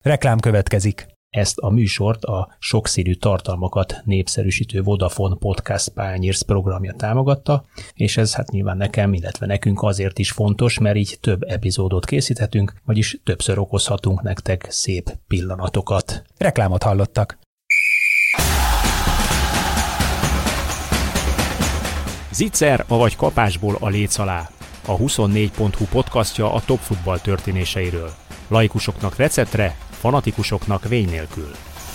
Reklám következik. Ezt a műsort a sokszínű tartalmakat népszerűsítő Vodafone Podcast Pioneers programja támogatta, és ez hát nyilván nekem, illetve nekünk azért is fontos, mert így több epizódot készíthetünk, vagyis többször okozhatunk nektek szép pillanatokat. Reklámot hallottak. Zicser, avagy kapásból a léc alá. A 24.hu podcastja a top futball történéseiről. Laikusoknak receptre, fanatikusoknak vény nélkül.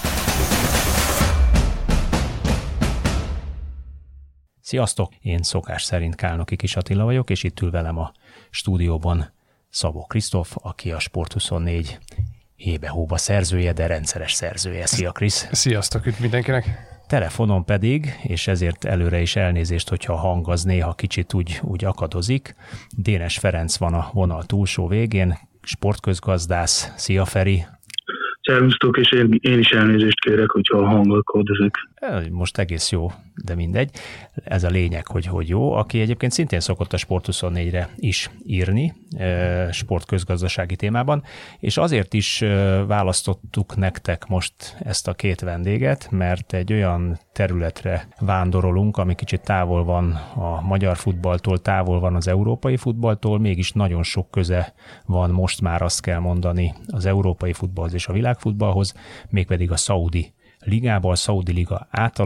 Sziasztok! Én szokás szerint Kálnoki Kis Attila vagyok, és itt ül velem a stúdióban Szabó Krisztóf, aki a Sport24 hébe-hóba szerzője, de rendszeres szerzője. Szia, Krisz! Sziasztok, üdv mindenkinek! Telefonon pedig, és ezért előre is elnézést, hogyha a hang az néha kicsit úgy akadozik, Dénes Ferenc van a vonal túlsó végén, sportközgazdász. Szia, Feri! Szervusztok, és én is elnézést kérek, hogyha a hang akadozik. Most egész jó, de mindegy. Ez a lényeg, hogy jó. Aki egyébként szintén szokott a Sport24-re is írni, sportközgazdasági témában, és azért is választottuk nektek most ezt a két vendéget, mert egy olyan területre vándorolunk, ami kicsit távol van a magyar futballtól, távol van az európai futballtól, mégis nagyon sok köze van, most már azt kell mondani, az európai futballhoz és a világfutballhoz, mégpedig a szaudi ligába, a szaudi liga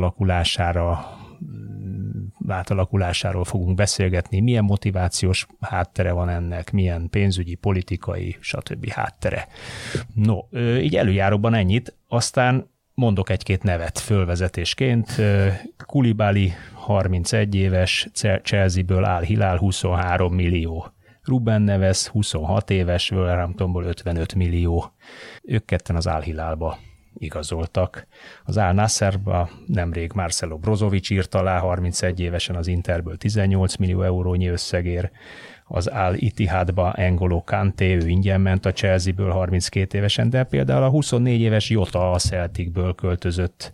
átalakulásáról fogunk beszélgetni, milyen motivációs háttere van ennek, milyen pénzügyi, politikai, stb. Háttere. No, így előjáróban ennyit, aztán mondok egy-két nevet fölvezetésként. Koulibaly 31 éves, Chelsea-ből Al Hilal 23 millió. Ruben Neves 26 éves, Wolverhamptonból 55 millió. Ők ketten az Al Hilalba igazoltak. Az Al Nassrba nemrég Marcelo Brozovic írt alá 31 évesen az Interből 18 millió eurónyi összegér. Az Al Ittihadba N'Golo Kanté, ő ingyen ment a Chelsea-ből 32 évesen, de például a 24 éves Jota a Celticből költözött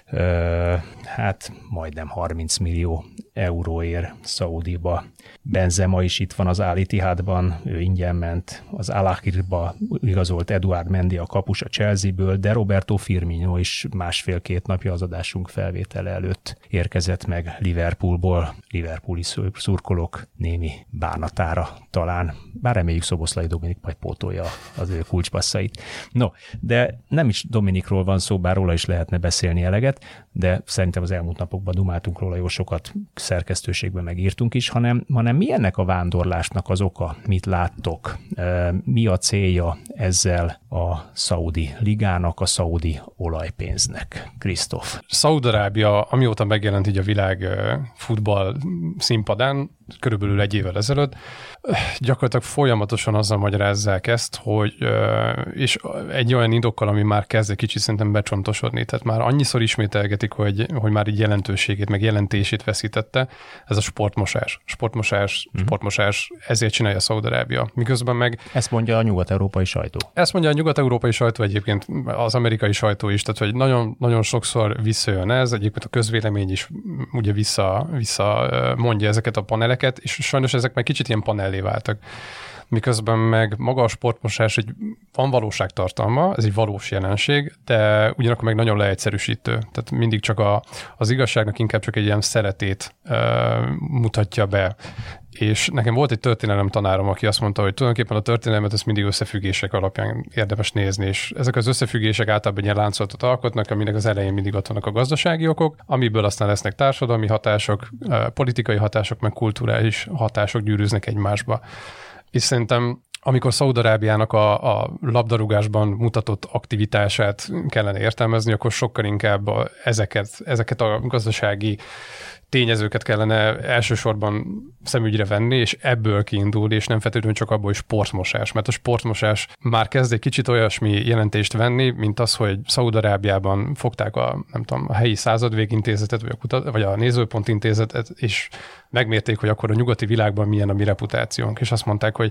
majdnem 30 millió euróért Szaudiba. Benzema is itt van az Al Ittihadban, ő ingyen ment. Az Al Ahlyba igazolt Eduard Mendy a kapus a Chelsea-ből, de Roberto Firmino is másfél-két napja az adásunk felvétele előtt érkezett meg Liverpoolból. Liverpooli szurkolók némi bánatára talán, bár reméljük Szoboszlai Dominik majd pótolja az ő kulcspasszait. No, de nem is Dominikról van szó, bár róla is lehetne beszélni eleget, de szerintem az elmúlt napokban dumáltunk róla jó sokat, szerkesztőségben megírtunk is, hanem mi ennek a vándorlásnak az oka? Mit láttok? Mi a célja ezzel a szaudi ligának, a szaudi olajpénznek? Krisztóf. Szaúd-Arábia, amióta megjelent így a világ futball színpadán, körülbelül egy évvel ezelőtt, gyakorlatilag folyamatosan azzal magyarázzák ezt, hogy és egy olyan indokkal, ami már kezd egy kicsit szerintem becsontosodni, tehát már annyiszor ismételgetik, hogy már így jelentőségét, meg jelentését veszítette, ez a sportmosás, ezért csinálja a Szaúd-Arábia. Miközben meg... Ezt mondja a nyugat-európai sajtó. Ezt mondja a nyugat-európai sajtó, egyébként az amerikai sajtó is, tehát hogy nagyon, nagyon sokszor visszajön ez, egyébként a közvélemény is ugye vissza mondja ezeket a paneleket, és sajnos ezek meg kicsit ilyen panellé váltak. Miközben meg maga a sportmosás van valóságtartalma, ez egy valós jelenség, de ugyanakkor meg nagyon leegyszerűsítő. Tehát mindig csak az igazságnak inkább csak egy ilyen szeretét mutatja be. És nekem volt egy történelem tanárom, aki azt mondta, hogy tulajdonképpen a történelmet ezt mindig összefüggések alapján érdemes nézni, és ezek az összefüggések általában egy ilyen láncolatot alkotnak, aminek az elején mindig ott vannak a gazdasági okok, amiből aztán lesznek társadalmi hatások, politikai hatások, meg kulturális hatások gyűrűznek egymásba. És szerintem amikor Szaúd-Arábiának a labdarúgásban mutatott aktivitását kellene értelmezni, akkor sokkal inkább ezeket a gazdasági tényezőket kellene elsősorban szemügyre venni, és ebből kiindulni, és nem feltétlenül csak abból, hogy sportmosás. Mert a sportmosás már kezd egy kicsit olyasmi jelentést venni, mint az, hogy Szaúd-Arábiában fogták a helyi századvégintézetet, vagy a nézőpontintézetet, és megmérték, hogy akkor a nyugati világban milyen a mi reputációnk. És azt mondták, hogy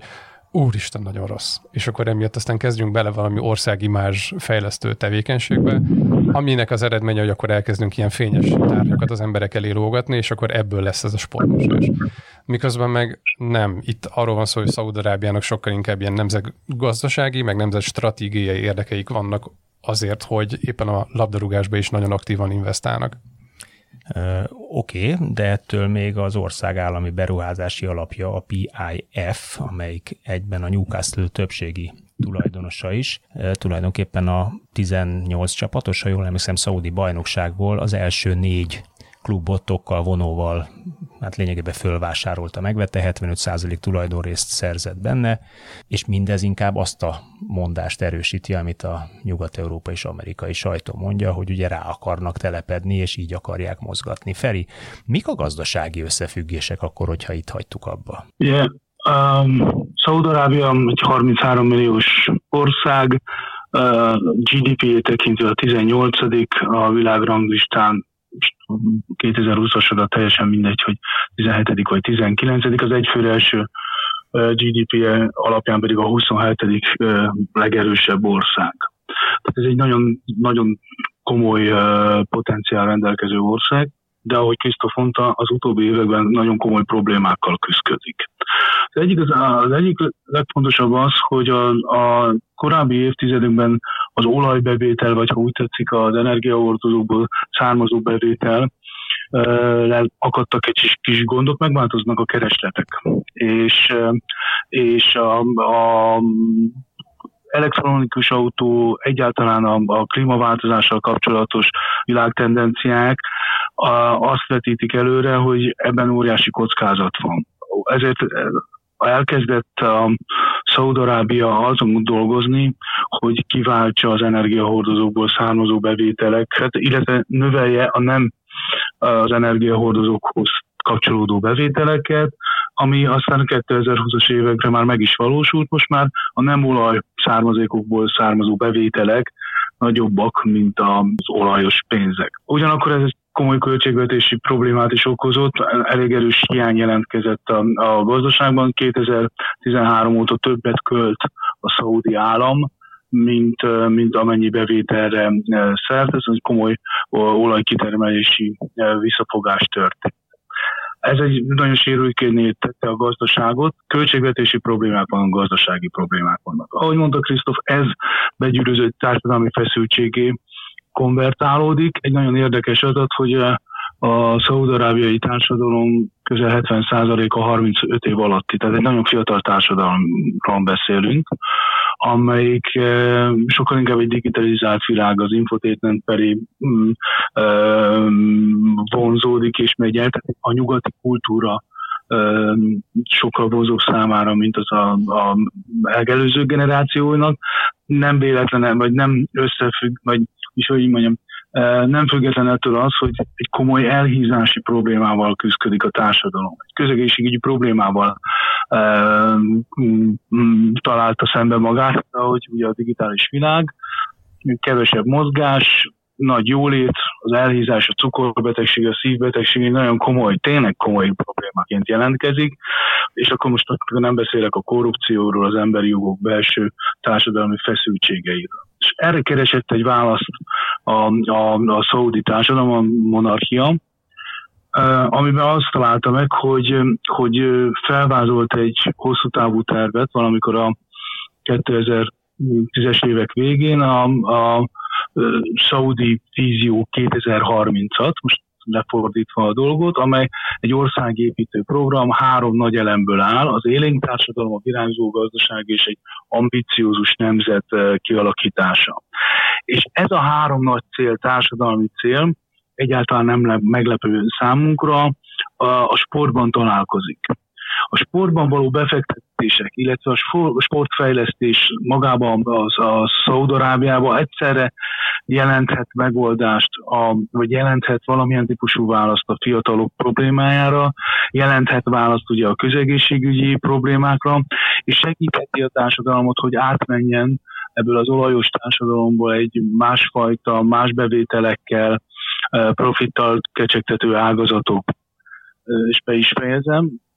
úristen, nagyon rossz. És akkor emiatt aztán kezdjünk bele valami országimázs fejlesztő tevékenységbe, aminek az eredménye, hogy akkor elkezdünk ilyen fényes tárgyakat az emberek elé lógatni, és akkor ebből lesz ez a sportmosás. Miközben meg nem. Itt arról van szó, hogy Szaúd-Arábiának sokkal inkább ilyen nemzetgazdasági, meg nemzetstratégiai érdekeik vannak azért, hogy éppen a labdarúgásba is nagyon aktívan investálnak. Oké, de ettől még az ország állami beruházási alapja, a PIF, amelyik egyben a Newcastle többségi tulajdonosa is, tulajdonképpen a 18 csapatos, ha jól emlékszem, szaudi bajnokságból az első 4 klubot tokkal, vonóval, hát lényegében fölvásárolta, megvette, 75% tulajdonrészt szerzett benne, és mindez inkább azt a mondást erősíti, amit a nyugat-európai és amerikai sajtó mondja, hogy ugye rá akarnak telepedni, és így akarják mozgatni. Feri, mik a gazdasági összefüggések akkor, hogyha itt hagytuk abba? Yeah. Szaúd-Arábia egy 33 milliós ország, GDP-jét tekintve a 18. a világranglistán, 2020-asra teljesen mindegy, hogy 17. vagy 19. az egyfőre első GDP alapján pedig a 27. legerősebb ország. Tehát ez egy nagyon, nagyon komoly potenciál rendelkező ország, de ahogy Krisztof mondta, az utóbbi években nagyon komoly problémákkal küszködik. Az egyik legfontosabb az, hogy a korábbi évtizedekben az olajbevétel, vagy ha úgy tetszik, az energiahordozókból származó bevétel akadtak egy kis gondok, megváltoznak a keresletek. És a elektronikus autó, egyáltalán a klímaváltozással kapcsolatos világtendenciák azt vetítik előre, hogy ebben óriási kockázat van. Ezért elkezdett a Szaúd-Arábia azon dolgozni, hogy kiváltsa az energiahordozókból származó bevételeket, illetve növelje a nem az energiahordozókhoz kapcsolódó bevételeket, ami aztán 2020-as évekre már meg is valósult. Most már a nem olaj származékokból származó bevételek nagyobbak, mint az olajos pénzek. Ugyanakkor ez komoly költségvetési problémát is okozott, elég erős hiány jelentkezett a gazdaságban. 2013 óta többet költ a szaúdi állam, mint amennyi bevételre szert, ez egy komoly olajkitermelési visszafogás történt. Ez egy nagyon sérülékenyé tette a gazdaságot, költségvetési problémák vannak, gazdasági problémák vannak. Ahogy mondta Krisztof, ez begyűrűzött társadalmi feszültségé konvertálódik. Egy nagyon érdekes adat, hogy a szaúd-arábiai társadalom közel 70%-a 35 év alatti, tehát egy nagyon fiatal társadalomról beszélünk, amelyik sokkal inkább egy digitalizált világ, az infotainment felé vonzódik és megy el, tehát a nyugati kultúra sokkal vonzóbb számára, mint az a megelőző generációnak. Nem véletlen, vagy nem összefügg, vagy is, hogy így mondjam, nem független ettől az, hogy egy komoly elhízási problémával küzdik a társadalom. Egy közegészségügyi problémával találta szembe magát, ahogy ugye a digitális világ, kevesebb mozgás, nagy jólét, az elhízás, a cukorbetegség, a szívbetegség nagyon komoly, tényleg komoly problémaként jelentkezik, és akkor most nem beszélek a korrupcióról, az emberi jogok belső társadalmi feszültségeiről. És erre keresett egy választ a szaúdi társadalom, a monarchia, amiben azt találta meg, hogy felvázolt egy hosszú távú tervet valamikor a 2010-es évek végén, a szaudi vízió 2030-at, most lefordítva a dolgot, amely egy országépítő program 3 nagy elemből áll, az élénk társadalom, a virágzó gazdaság és egy ambiciózus nemzet kialakítása. És ez a 3 nagy cél, társadalmi cél egyáltalán nem meglepő számunkra, a sportban találkozik. A sportban való befektetések, illetve a sportfejlesztés magában a Szaúd-Arábiában egyszerre jelenthet megoldást, vagy jelenthet valamilyen típusú választ a fiatalok problémájára, jelenthet választ ugye a közegészségügyi problémákra, és segítheti a társadalmat, hogy átmenjen ebből az olajos társadalomból egy másfajta, más bevételekkel, profittal kecsegtető ágazatok. És be is fejezem.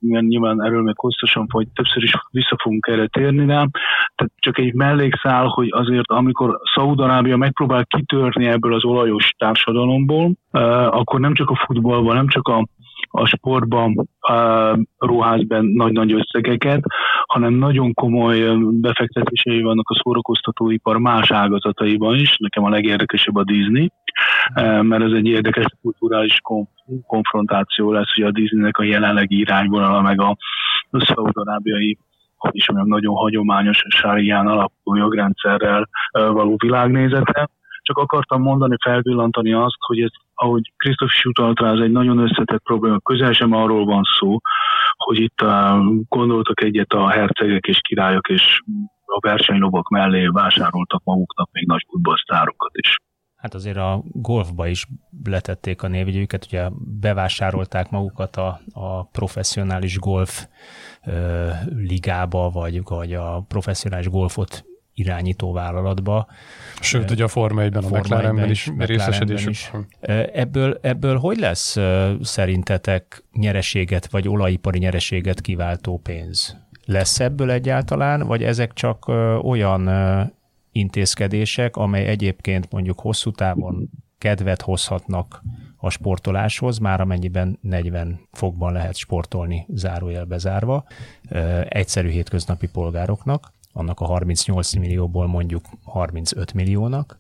nyilván erről még hosszasan, vagy többször is vissza fogunk erre térni rá. Tehát csak egy mellékszál, hogy azért amikor Szaúd-Arábia megpróbál kitörni ebből az olajos társadalomból, akkor nem csak a futballban, nem csak a sportban ruház be nagy-nagy összegeket, hanem nagyon komoly befektetései vannak a szórakoztatóipar más ágazataiban is. Nekem a legérdekesebb a Disney, mert ez egy érdekes kulturális konfrontáció lesz, hogy a Disneynek a jelenlegi irányvonala, meg a szaúd-arábiai, hogy is mondjam, nagyon hagyományos sárián alapuló jogrendszerrel való világnézete. Csak akartam mondani, felvillantani azt, hogy ez, ahogy Krisztóf is utalt rá, ez egy nagyon összetett probléma. Közel sem arról van szó, hogy itt gondoltak egyet a hercegek és királyok, és a versenylovak mellé vásároltak maguknak még nagy futballsztárokat is. Hát azért a golfba is letették a névjegyüket, ugye bevásárolták magukat a professzionális golf ligába, vagy a professzionális golfot irányító vállalatba. Sőt, ugye a Forma 1-ben, a McLarenben is részesedésük. Ebből hogy lesz szerintetek nyereséget, vagy olajipari nyereséget kiváltó pénz? Lesz ebből egyáltalán, vagy ezek csak olyan intézkedések, amely egyébként mondjuk hosszú távon kedvet hozhatnak a sportoláshoz, már amennyiben 40 fokban lehet sportolni, zárójelbe zárva, egyszerű hétköznapi polgároknak, annak a 38 millióból mondjuk 35 milliónak,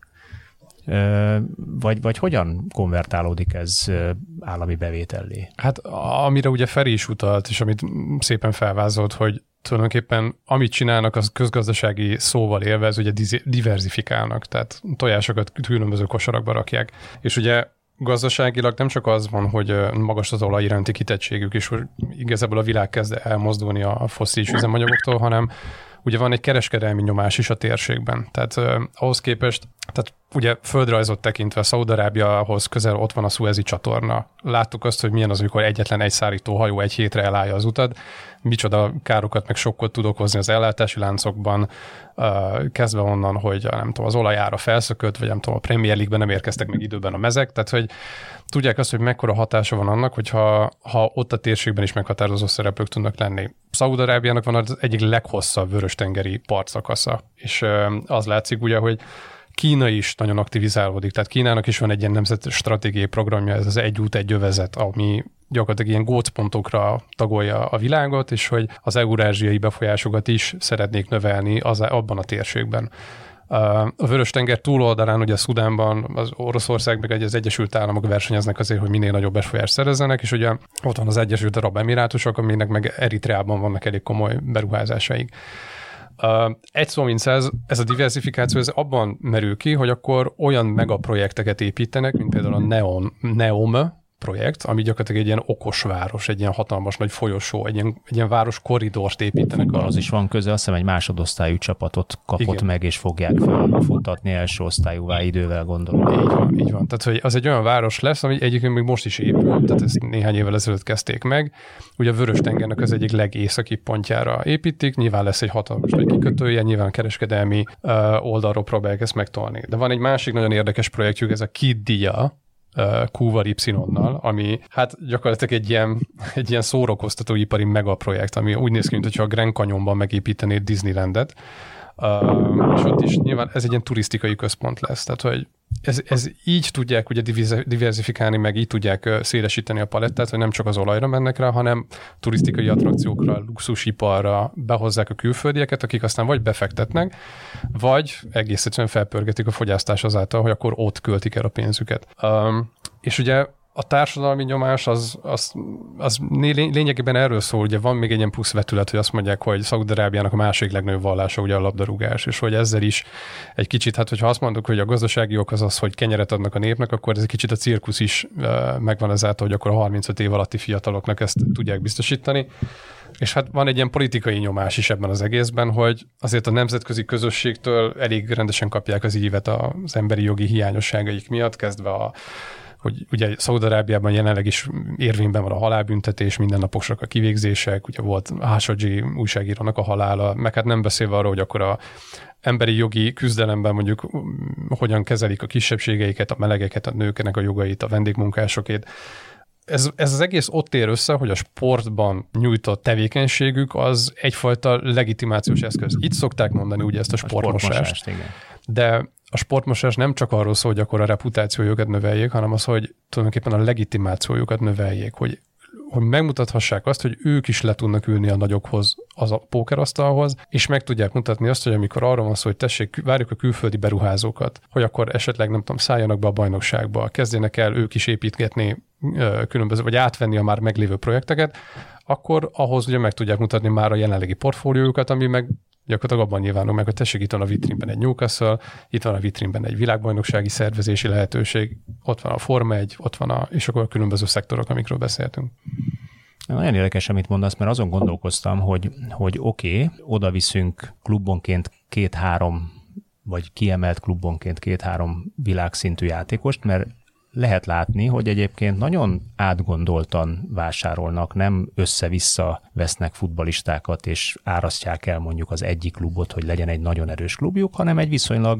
vagy hogyan konvertálódik ez állami bevétellé? Hát amire ugye Feri is utalt, és amit szépen felvázolt, hogy tulajdonképpen amit csinálnak, az közgazdasági szóval élve, ez ugye diverzifikálnak, tehát tojásokat különböző kosarakba rakják. És ugye gazdaságilag nem csak az van, hogy magas az olaj iránti kitettségük, és hogy igazából a világ kezd elmozdulni a fosszilis üzemanyagoktól, hanem ugye van egy kereskedelmi nyomás is a térségben. Tehát ahhoz képest, tehát ugye földrajzot tekintve Szaúd-Arábiahoz közel ott van a Szuezi csatorna. Láttuk azt, hogy milyen az, amikor egyetlen egy szállító hajó egy hétre elállja az utat, micsoda károkat meg sokkot tud okozni az ellátási láncokban, kezdve onnan, hogy nem tudom, az olajára felszökött, vagy nem tudom, a Premier League-ben nem érkeztek meg időben a mezek, tehát hogy tudják azt, hogy mekkora hatása van annak, hogyha ott a térségben is meghatározó szereplők tudnak lenni. Szaúd-Arábiának van az egyik leghosszabb vörös-tengeri partszakasza, és az látszik ugye, hogy Kína is nagyon aktivizálódik, tehát Kínának is van egy ilyen nemzeti stratégiai programja, ez az egy út, egy övezet, ami gyakorlatilag ilyen gócpontokra tagolja a világot, és hogy az eurázsiai befolyásokat is szeretnék növelni abban a térségben. A Vörös-tenger túloldalán, ugye Szudánban, az Oroszország meg az Egyesült Államok versenyeznek azért, hogy minél nagyobb befolyást szerezzenek, és ugye ott van az Egyesült Arab Emirátusok, aminek meg Eritreában vannak elég komoly beruházásaik. Egy szó mint ez a diversifikáció, ez abban merül ki, hogy akkor olyan megaprojekteket építenek, mint például a NEOM projekt, ami gyakorlatilag egy ilyen okos város, egy ilyen hatalmas nagy folyosó, egy ilyen város korridort építenek. Az is van köze, azt hiszem egy másodosztályú csapatot kapott Igen. meg, és fogják felfutatni első osztályúvá idővel, gondolom. Így van. Tehát, hogy az egy olyan város lesz, ami egyébként még most is épül, tehát ezt néhány évvel ezelőtt kezdték meg. Ugye a Vörös-tengernek az egyik legészakibb pontjára építik, nyilván lesz egy hatalmas nagy kikötője, nyilván kereskedelmi oldalról próbálják ezt megtolni. De van egy másik nagyon érdekes projektjük, ez a Qiddiya, Q-val Y-nal, ami hát gyakorlatilag egy ilyen szórakoztatóipari megaprojekt, ami úgy néz ki, mintha a Grand Canyonban megépítenéd Disneylandet, és ott is nyilván ez egy ilyen turisztikai központ lesz, tehát hogy ez így tudják ugye diversifikálni, meg így tudják szélesíteni a palettát, hogy nem csak az olajra mennek rá, hanem turisztikai attrakciókra, luxusiparra behozzák a külföldieket, akik aztán vagy befektetnek, vagy egész egyszerűen felpörgetik a fogyasztás azáltal, hogy akkor ott költik el a pénzüket. És ugye a társadalmi nyomás az lényegében erről szól, ugye van még egy ilyen plusz vetület, hogy azt mondják, hogy Szaúd-Arábiának a második legnagyobb vallása ugye a labdarúgás, és hogy ezzel is egy kicsit, hát hogyha azt mondjuk, hogy a gazdasági ok az, hogy kenyeret adnak a népnek, akkor ez egy kicsit a cirkusz is megvan ezáltal, hogy akkor a 35 év alatti fiataloknak ezt tudják biztosítani. És hát van egy ilyen politikai nyomás is ebben az egészben, hogy azért a nemzetközi közösségtől elég rendesen kapják az ívet az emberi jogi hiányosságaik miatt, kezdve hogy ugye Szaúd-Arábiában jelenleg is érvényben van a halálbüntetés, mindennaposak a kivégzések, ugye volt Khashoggi újságírónak a halála, meg hát nem beszélve arról, hogy akkor a emberi jogi küzdelemben mondjuk hogyan kezelik a kisebbségeiket, a melegeket, a nőknek a jogait, a vendégmunkásokét. ez az egész ott ér össze, hogy a sportban nyújtott tevékenységük az egyfajta legitimációs eszköz. Itt szokták mondani ugye ezt a sportmosást. De a sportmosás nem csak arról szól, hogy akkor a reputációjukat növeljék, hanem az, hogy tulajdonképpen a legitimációjukat növeljék, hogy megmutathassák azt, hogy ők is le tudnak ülni a nagyokhoz, az a pókerasztalhoz, és meg tudják mutatni azt, hogy amikor arról van szó, hogy tessék, várjuk a külföldi beruházókat, hogy akkor esetleg, nem tudom, szálljanak be a bajnokságba, kezdjenek el ők is építgetni különböző, vagy átvenni a már meglévő projekteket, akkor ahhoz ugye meg tudják mutatni már a jelenlegi portfóliójukat, ami meg gyakorlatilag abban nyilvánul meg, hogy tessék, itt van a vitrínben egy Newcastle, itt van a vitrínben egy világbajnoksági szervezési lehetőség, ott van a Forma 1, ott van és akkor a különböző szektorok, amikről beszéltünk. Nagyon érdekes, amit mondasz, mert azon gondolkoztam, hogy oké, oda viszünk klubonként 2-3, vagy kiemelt klubonként 2-3 világszintű játékost, mert lehet látni, hogy egyébként nagyon átgondoltan vásárolnak, nem össze-vissza vesznek futballistákat, és árasztják el mondjuk az egyik klubot, hogy legyen egy nagyon erős klubjuk, hanem egy viszonylag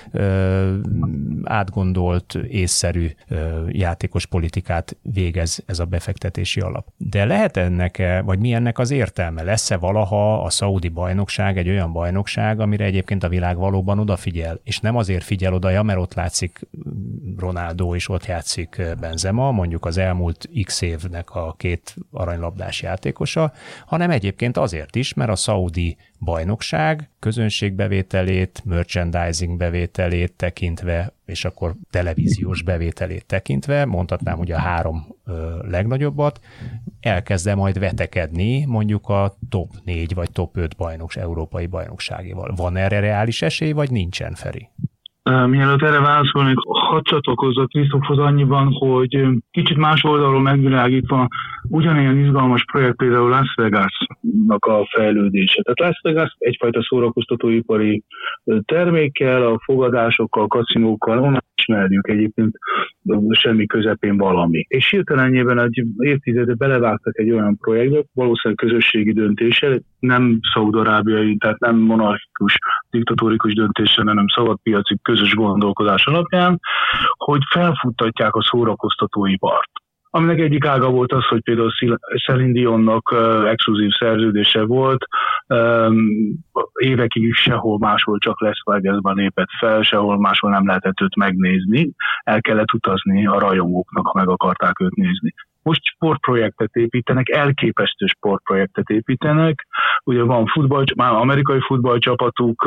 átgondolt, észszerű játékos politikát végez ez a befektetési alap. De lehet ennek, vagy mi ennek az értelme? Lesz-e valaha a szaudi bajnokság egy olyan bajnokság, amire egyébként a világ valóban odafigyel, és nem azért figyel oda, mert ott látszik Ronaldo, és ott játszik Benzema, mondjuk az elmúlt x évnek a 2 aranylabdás játékosa, hanem egyébként azért is, mert a szaudi bajnokság közönségbevételét, merchandising bevételét tekintve, és akkor televíziós bevételét tekintve, mondhatnám, hogy a 3 legnagyobbat, elkezde majd vetekedni mondjuk a top 4 vagy top 5 európai bajnokságival. Van erre reális esély, vagy nincsen, Feri? Mielőtt erre válaszolnék, hadd csatlakozzak Krisztófhoz annyiban, hogy kicsit más oldalról megvilágítva ugyanilyen izgalmas projekt például Las Vegasnak a fejlődése. Tehát Las Vegas egyfajta szórakoztatóipari termékkel, a fogadásokkal, kaszinókkal, onnan ismerjük egyébként semmi közepén valami. És hirtelenjében egy évtizede belevágtak egy olyan projektbe, valószínűleg közösségi döntéssel, nem szaudarábiai, tehát nem monarchikus, diktatórikus döntéssel, hanem szabadpiaci közös gondolkodás alapján, hogy felfuttatják a szórakoztatóipart. Aminek egyik ága volt az, hogy például Celine Dionnak exkluzív szerződése volt, évekig sehol máshol, csak Las Vegasban lépett fel, sehol máshol nem lehetett őt megnézni, el kellett utazni a rajongóknak, ha meg akarták őt nézni. Most sportprojektet építenek, elképesztő sportprojektet építenek, ugye van már amerikai futballcsapatuk,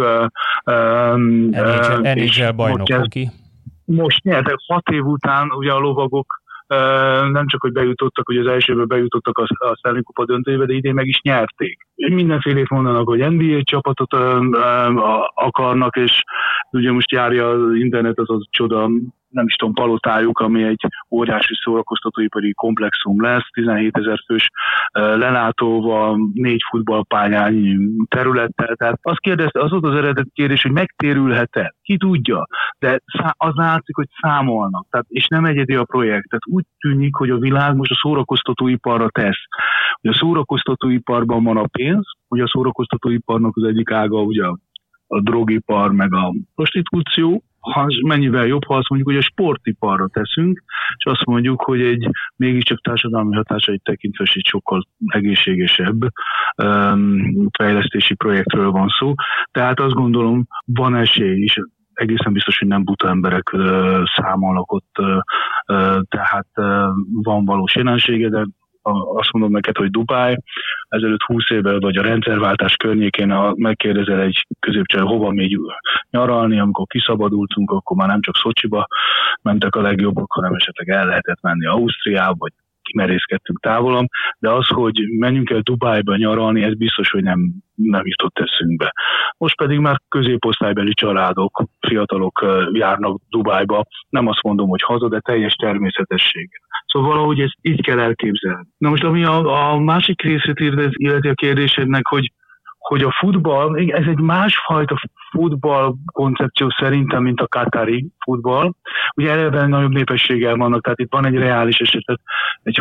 NHL bajnokok ki. Most nyertek 6 év után, ugye a lovagok nem csak, hogy bejutottak, hogy az elsőből bejutottak a Stanley Kupa döntőjébe, de idén meg is nyerték. Mindenfélét mondanak, hogy NBA csapatot akarnak, és ugye most járja az internet az csoda, nem is tudom, palotájuk, ami egy óriási szórakoztatóipari komplexum lesz, 17 000 fős lelátóval, 4 futballpályányi területtel. Tehát az volt az eredet kérdés, hogy megtérülhet-e? Ki tudja? De az látszik, hogy számolnak. Tehát, és nem egyedi a projekt. Tehát úgy tűnik, hogy a világ most a szórakoztatóiparra tesz. Hogy a szórakoztatóiparban van a pénz, hogy a szórakoztatóiparnak az egyik ága ugye a drogipar, meg a prostitúció, mennyivel jobb, ha azt mondjuk, hogy a sportiparra teszünk, és azt mondjuk, hogy mégiscsak társadalmi hatásait tekintve egy sokkal egészségesebb fejlesztési projektről van szó. Tehát azt gondolom, van esély is, egészen biztos, hogy nem buta emberek számolnak ott, tehát van valós jelensége, de azt mondom neked, hogy Dubáj, ezelőtt 20 évvel, vagy a rendszerváltás környékén, ha megkérdezel egy középcsel, hova még nyaralni, amikor kiszabadultunk, akkor már nem csak Szocsiba mentek a legjobbak, hanem esetleg el lehetett menni Ausztriába, vagy kimerészkedtünk távolabb, de az, hogy menjünk el Dubájba nyaralni, ez biztos, hogy nem jutott eszünkbe. Most pedig már középosztálybeli családok, fiatalok járnak Dubájba, nem azt mondom, hogy haza, de teljes természetességgel. Szóval valahogy ezt így kell elképzelni. Na most, ami a másik részét illeti a kérdésednek, hogy a futball, ez egy másfajta futball koncepció szerintem, mint a katari futball. Ugye eleve nagyobb népességgel vannak, tehát itt van egy reális eset, egy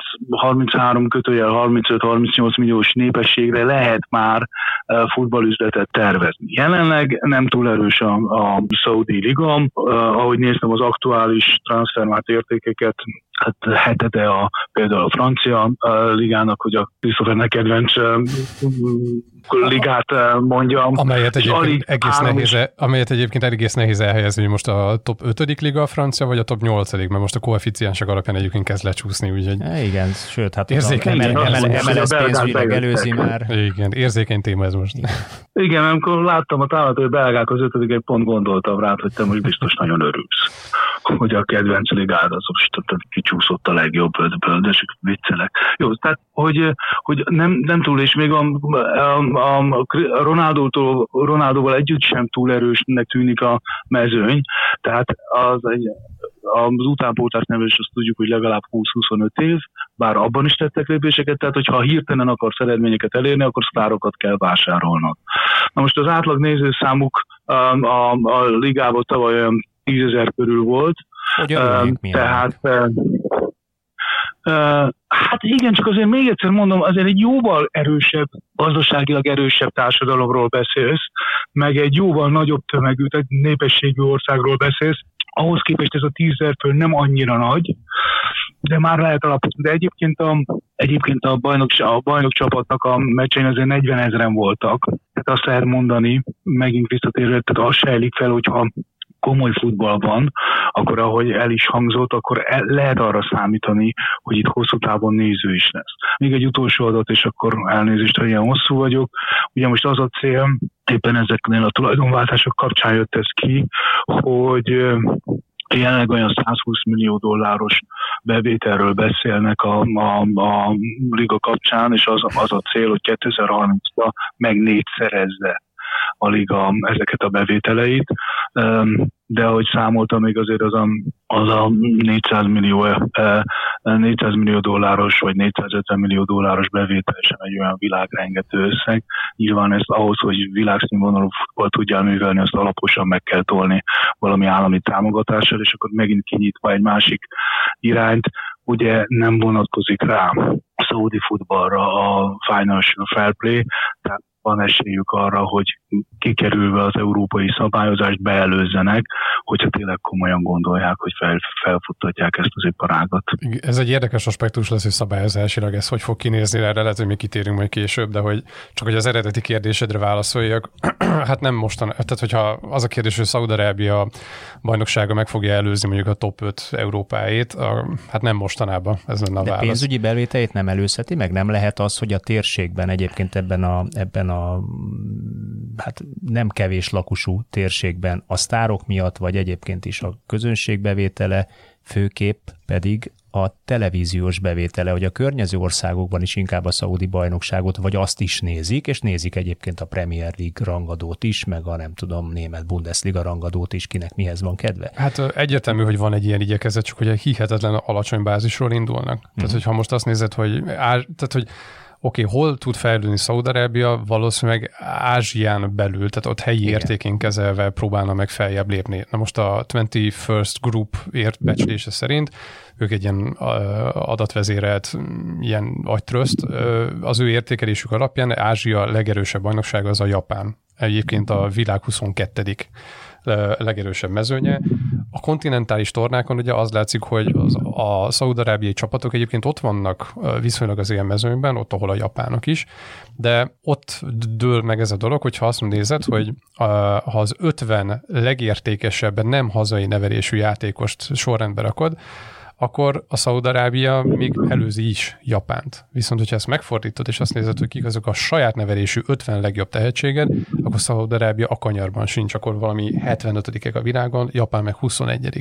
35-38 milliós népességre lehet már futballüzletet tervezni. Jelenleg nem túl erős a Saudi Liga, ahogy néztem az aktuális transfermárt értékeket, hetete például a francia ligának, hogy a Christophernek kedvenc ligát mondjam. Amelyet egyébként egész nehéz elhelyezni, hogy most a top 5. liga a francia, vagy a top 8, mert most a koeficiensek alapján egyébként kezd lecsúszni. Úgyhogy igen, sőt, hát érzékeny MLS pénzügyileg előzi már. Igen, érzékeny téma ez most. Igen, amikor láttam a támadó, hogy belgák az 5. pont gondoltam rá, hogy te most biztos nagyon örülsz, hogy a kedvenc ligád az most kicsúszott a legjobb 5-ből, de csak viccelek. Jó, tehát, hogy nem túl, és még a Ronaldóval együtt sem túl erősnek tűnik a mezőny, tehát az utánpótlás nevelés azt tudjuk, hogy legalább 20-25 év, bár abban is tettek lépéseket, tehát hogyha hirtelen akarsz eredményeket elérni, akkor sztárokat kell vásárolnod. Na most az átlag nézőszámuk a ligában tavaly olyan 10 000 körül volt, tehát hát igen, csak azért még egyszer mondom, azért egy jóval erősebb, gazdaságilag erősebb társadalomról beszélsz, meg egy jóval nagyobb tömegű, tehát népességű országról beszélsz, ahhoz képest ez a 10 000 föl nem annyira nagy, de már lehet alapozni. De egyébként a bajnok csapatnak a meccsein azért 40 000-en voltak. Tehát azt lehet mondani, megint visszatérve, tehát azt sejlik fel, hogyha komoly futball van, akkor ahogy el is hangzott, akkor lehet arra számítani, hogy itt hosszú távon néző is lesz. Még egy utolsó adat, és akkor elnézést, hogy ilyen hosszú vagyok. Ugye most az a cél, éppen ezeknél a tulajdonváltások kapcsán jött ez ki, hogy jelenleg olyan $120 millió bevételről beszélnek a liga kapcsán, és az a cél, hogy 2030-ra meg négyszerezze a liga ezeket a bevételeit, de ahogy számoltam, még azért az a $400 millió vagy $450 millió bevétel sem egy olyan világrengető összeg. Nyilván ezt ahhoz, hogy világszínvonalú futball tudjál művelni, azt alaposan meg kell tolni valami állami támogatással, és akkor megint kinyitva egy másik irányt, ugye nem vonatkozik rá a szaudi futballra a Financial Fair Play, tehát van esélyük arra, hogy kikerülve az európai szabályozást beelőzzenek, hogyha tényleg komolyan gondolják, hogy felfuttatják ezt az iparágat. Ez egy érdekes aspektus lesz, hogy szabályozásilag ez hogy fog kinézni, erre lehet, hogy mi kitérünk majd később, de hogy az eredeti kérdésedre válaszoljak, hát nem mostan, tehát hogyha az a kérdés, hogy Szaúd-Arábia bajnoksága meg fogja előzni mondjuk a top 5 Európáét, hát nem mostanában, ez lenne a válasz. De pénzügyi bevételét nem előzheti meg? Nem lehet az, hogy a térségben egyébként ebben a hát nem kevés lakosú térségben a sztárok miatt, vagy egyébként is a közönség bevétele, főképp pedig a televíziós bevétele, hogy a környező országokban is inkább a szaudi bajnokságot, vagy azt is nézik, és nézik egyébként a Premier League rangadót is, meg a német Bundesliga rangadót is, kinek mihez van kedve. Hát egyértelmű, hogy van egy ilyen igyekezet, csak hogy hihetetlen alacsony bázisról indulnak. Tehát, hogyha most azt nézed, hogy hol tud fejlődni Szaúd-Arábia, valószínűleg Ázsián belül, tehát ott helyi értékén kezelve próbálna meg feljebb lépni. Na most a 21st Group becslése szerint ők egy ilyen adatvezérelt ilyen agytröszt, az ő értékelésük alapján Ázsia legerősebb bajnoksága az a Japán. Egyébként a világ 22. legerősebb mezőnye. A kontinentális tornákon ugye az látszik, hogy a szaúd-arábiai csapatok egyébként ott vannak viszonylag az ilyen mezőnyben, ott, ahol a japánok is, de ott dől meg ez a dolog, hogyha azt nézed, hogy ha az 50 legértékesebb nem hazai nevelésű játékost sorrendbe rakod, akkor a Szaúd-Arábia még előzi is Japánt. Viszont, hogyha ezt megfordítod, és azt nézed, hogy kik azok a saját nevelésű 50 legjobb tehetséged, akkor Szaúd-Arábia a kanyarban sincs, akkor valami 75-ek a világon, Japán meg 21.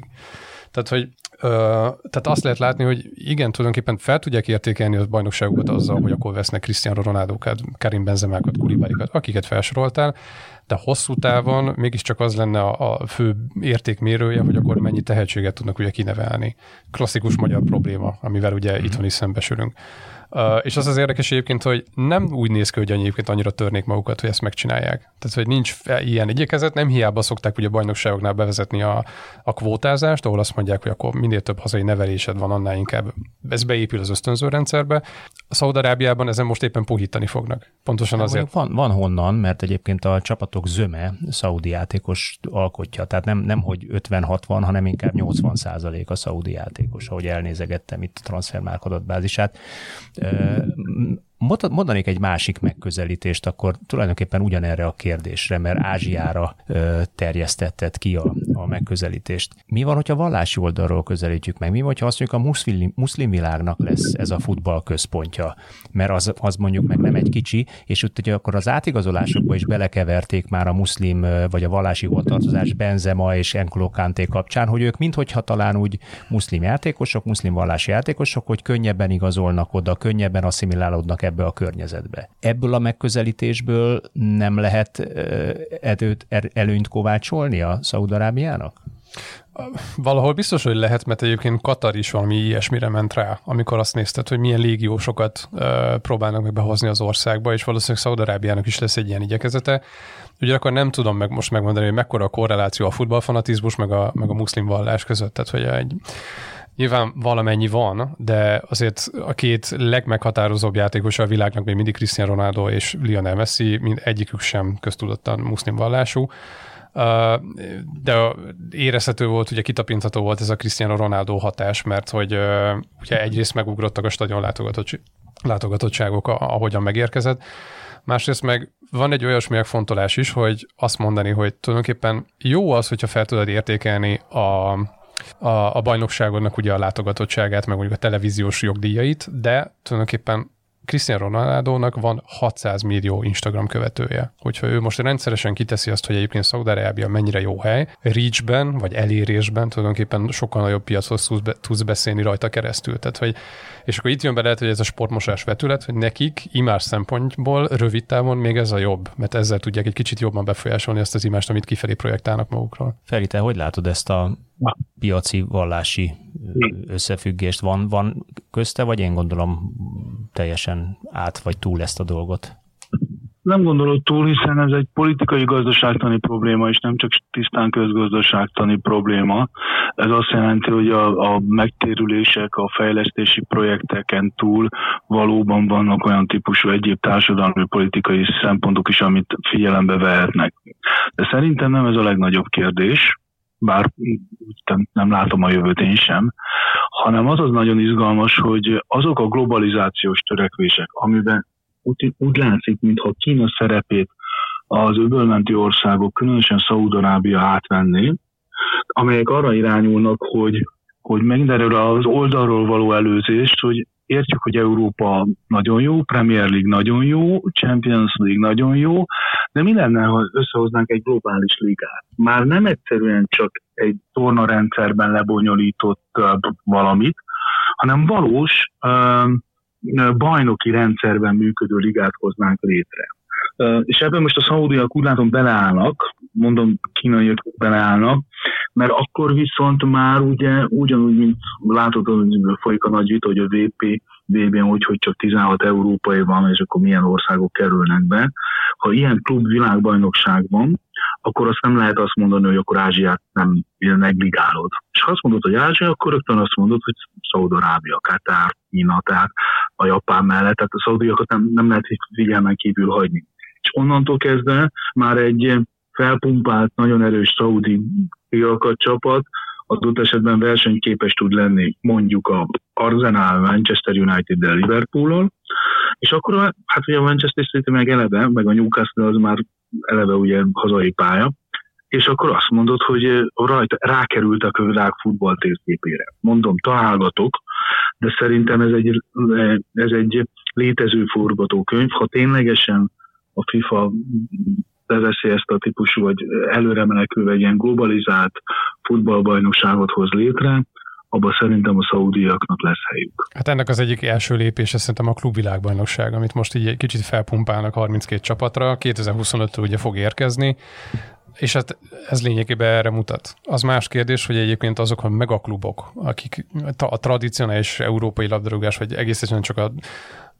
Tehát azt lehet látni, hogy igen, tulajdonképpen fel tudják értékelni a bajnokságokat azzal, hogy akkor vesznek Cristiano Ronaldókat, Karim Benzemákat, Koulibalykat, akiket felsoroltál, de hosszú távon mégiscsak az lenne a fő értékmérője, hogy akkor mennyi tehetséget tudnak ugye kinevelni. Klasszikus magyar probléma, amivel ugye itthon is szembesülünk. És az érdekes egyébként, hogy nem úgy néz ki, hogy egyébként annyira törnék magukat, hogy ezt megcsinálják. Tehát, hogy nincs ilyen igyekezet, nem hiába szokták ugye a bajnokságoknál bevezetni a kvótázást, ahol azt mondják, hogy akkor minél több hazai nevelésed van, annál inkább ez beépül az ösztönző rendszerbe. A Szaúd-Arábiában ezen most éppen puhítani fognak. Pontosan azért. Van honnan, mert egyébként a csapatok zöme szaudi játékos alkotja, tehát nem hogy 50-60, hanem inkább 80% a szaudi játékos, ahogy elnézegettem itt a Transfermarkt adatbázisát. Mondanék egy másik megközelítést, akkor tulajdonképpen ugyanerre a kérdésre, mert Ázsiára terjesztetted ki a megközelítést. Mi van, hogyha vallási oldalról közelítjük meg? Mi van, hogyha azt mondjuk a muszlim világnak lesz ez a futball központja? Mert az mondjuk meg nem egy kicsi, és ott ugye akkor az átigazolásokba is belekeverték már a muszlim vagy a vallási hovatartozás Benzema és N'Golo Kanté kapcsán, hogy ők minthogyha talán úgy muszlim játékosok, muszlim vallási játékosok, hogy könnyebben igazolnak oda, könnyebben asszimilálódnak ebbe a környezetbe. Ebből a megközelítésből nem lehet előnyt kovácsolni a Szaúd-Arábiának? Valahol biztos, hogy lehet, mert egyébként Katar is valami ilyesmire ment rá, amikor azt nézted, hogy milyen légiósokat próbálnak meg behozni az országba, és valószínűleg Szaúd-Arábiának is lesz egy ilyen igyekezete. Ugye akkor nem tudom most megmondani, hogy mekkora a korreláció a futballfanatizmus meg a muszlim vallás között, tehát hogy nyilván valamennyi van, de azért a két legmeghatározóbb játékos a világnak még mindig Cristiano Ronaldo és Lionel Messi, egyikük sem köztudottan muszlim vallású. De érezhető volt, ugye kitapintható volt ez a Cristiano Ronaldo hatás, mert hogy ugye egyrészt megugrottak a stadion látogatottságok, ahogyan megérkezett. Másrészt meg van egy olyasmi megfontolás is, hogy azt mondani, hogy tulajdonképpen jó az, hogyha fel tudod értékelni a bajnokságodnak ugye a látogatottságát, meg mondjuk a televíziós jogdíjait, de tulajdonképpen Cristiano Ronaldónak van 600 millió Instagram követője. Hogyha ő most rendszeresen kiteszi azt, hogy egyébként Szaúd-Arábia mennyire jó hely, reachben, vagy elérésben tulajdonképpen sokkal nagyobb piachoz tudsz beszélni rajta keresztül. Tehát, hogy, és akkor itt jön be lehet, hogy ez a sportmosás vetület, hogy nekik imás szempontból rövid távon még ez a jobb, mert ezzel tudják egy kicsit jobban befolyásolni azt az imást, amit kifelé projektálnak magukról. Feri, te hogy látod ezt a piaci vallási összefüggést? Van közte, vagy én gondolom teljesen át vagy túl ezt a dolgot? Nem gondolod túl, hiszen ez egy politikai gazdaságtani probléma, és nem csak tisztán közgazdaságtani probléma. Ez azt jelenti, hogy a megtérülések, a fejlesztési projekteken túl valóban vannak olyan típusú egyéb társadalmi politikai szempontok is, amit figyelembe vehetnek. De szerintem nem ez a legnagyobb kérdés, bár nem látom a jövőt én sem, hanem az nagyon izgalmas, hogy azok a globalizációs törekvések, amiben úgy látszik, mintha Kína szerepét az öbölmenti országok, különösen Szaúd-Arábia átvenné, amelyek arra irányulnak, hogy mindenről az oldalról való előzést, hogy értjük, hogy Európa nagyon jó, Premier League nagyon jó, Champions League nagyon jó, de mi lenne, ha összehoznánk egy globális ligát? Már nem egyszerűen csak egy tornarendszerben lebonyolított valamit, hanem valós bajnoki rendszerben működő ligát hoznánk létre. És ebben most a szaúdiak úgy látom beleállnak, mondom kínaiak beleállnak, mert akkor viszont már ugye ugyanúgy, mint látod, hogy folyik a nagy vita, hogy a VB-n hogy csak 16 európai van, és akkor milyen országok kerülnek be. Ha ilyen klub világbajnokság van, akkor azt nem lehet azt mondani, hogy akkor Ázsiát nem negligálod. És ha azt mondod, hogy Ázsia, akkor rögtön azt mondod, hogy Szaúd-Arábia, Katár, Kína, tehát a Japán mellett, tehát a szaudiakat nem lehet figyelmen kívül hagyni. És onnantól kezdve már egy felpumpált, nagyon erős szaudi fiakat csapat adott esetben versenyképes tud lenni mondjuk a Arsenal, Manchester United-del, Liverpool-ol, és akkor hát ugye a Manchester City meg eleve, meg a Newcastle az már eleve ugye hazai pálya, és akkor azt mondod, hogy rajta rákerültek a világ futball térképére. Mondom, találgatok, de szerintem ez egy létező forgatókönyv. Ha ténylegesen a FIFA beveszi ezt a típusú, vagy előre menekülve egy ilyen globalizált futballbajnokságot hoz létre, abban szerintem a szaudiaknak lesz helyük. Hát ennek az egyik első lépése szerintem a klubvilágbajnokság, amit most így egy kicsit felpumpálnak 32 csapatra, 2025-től ugye fog érkezni, és hát ez lényegében erre mutat. Az más kérdés, hogy egyébként azok a megaklubok, akik a tradicionális európai labdarúgás, vagy egészen csak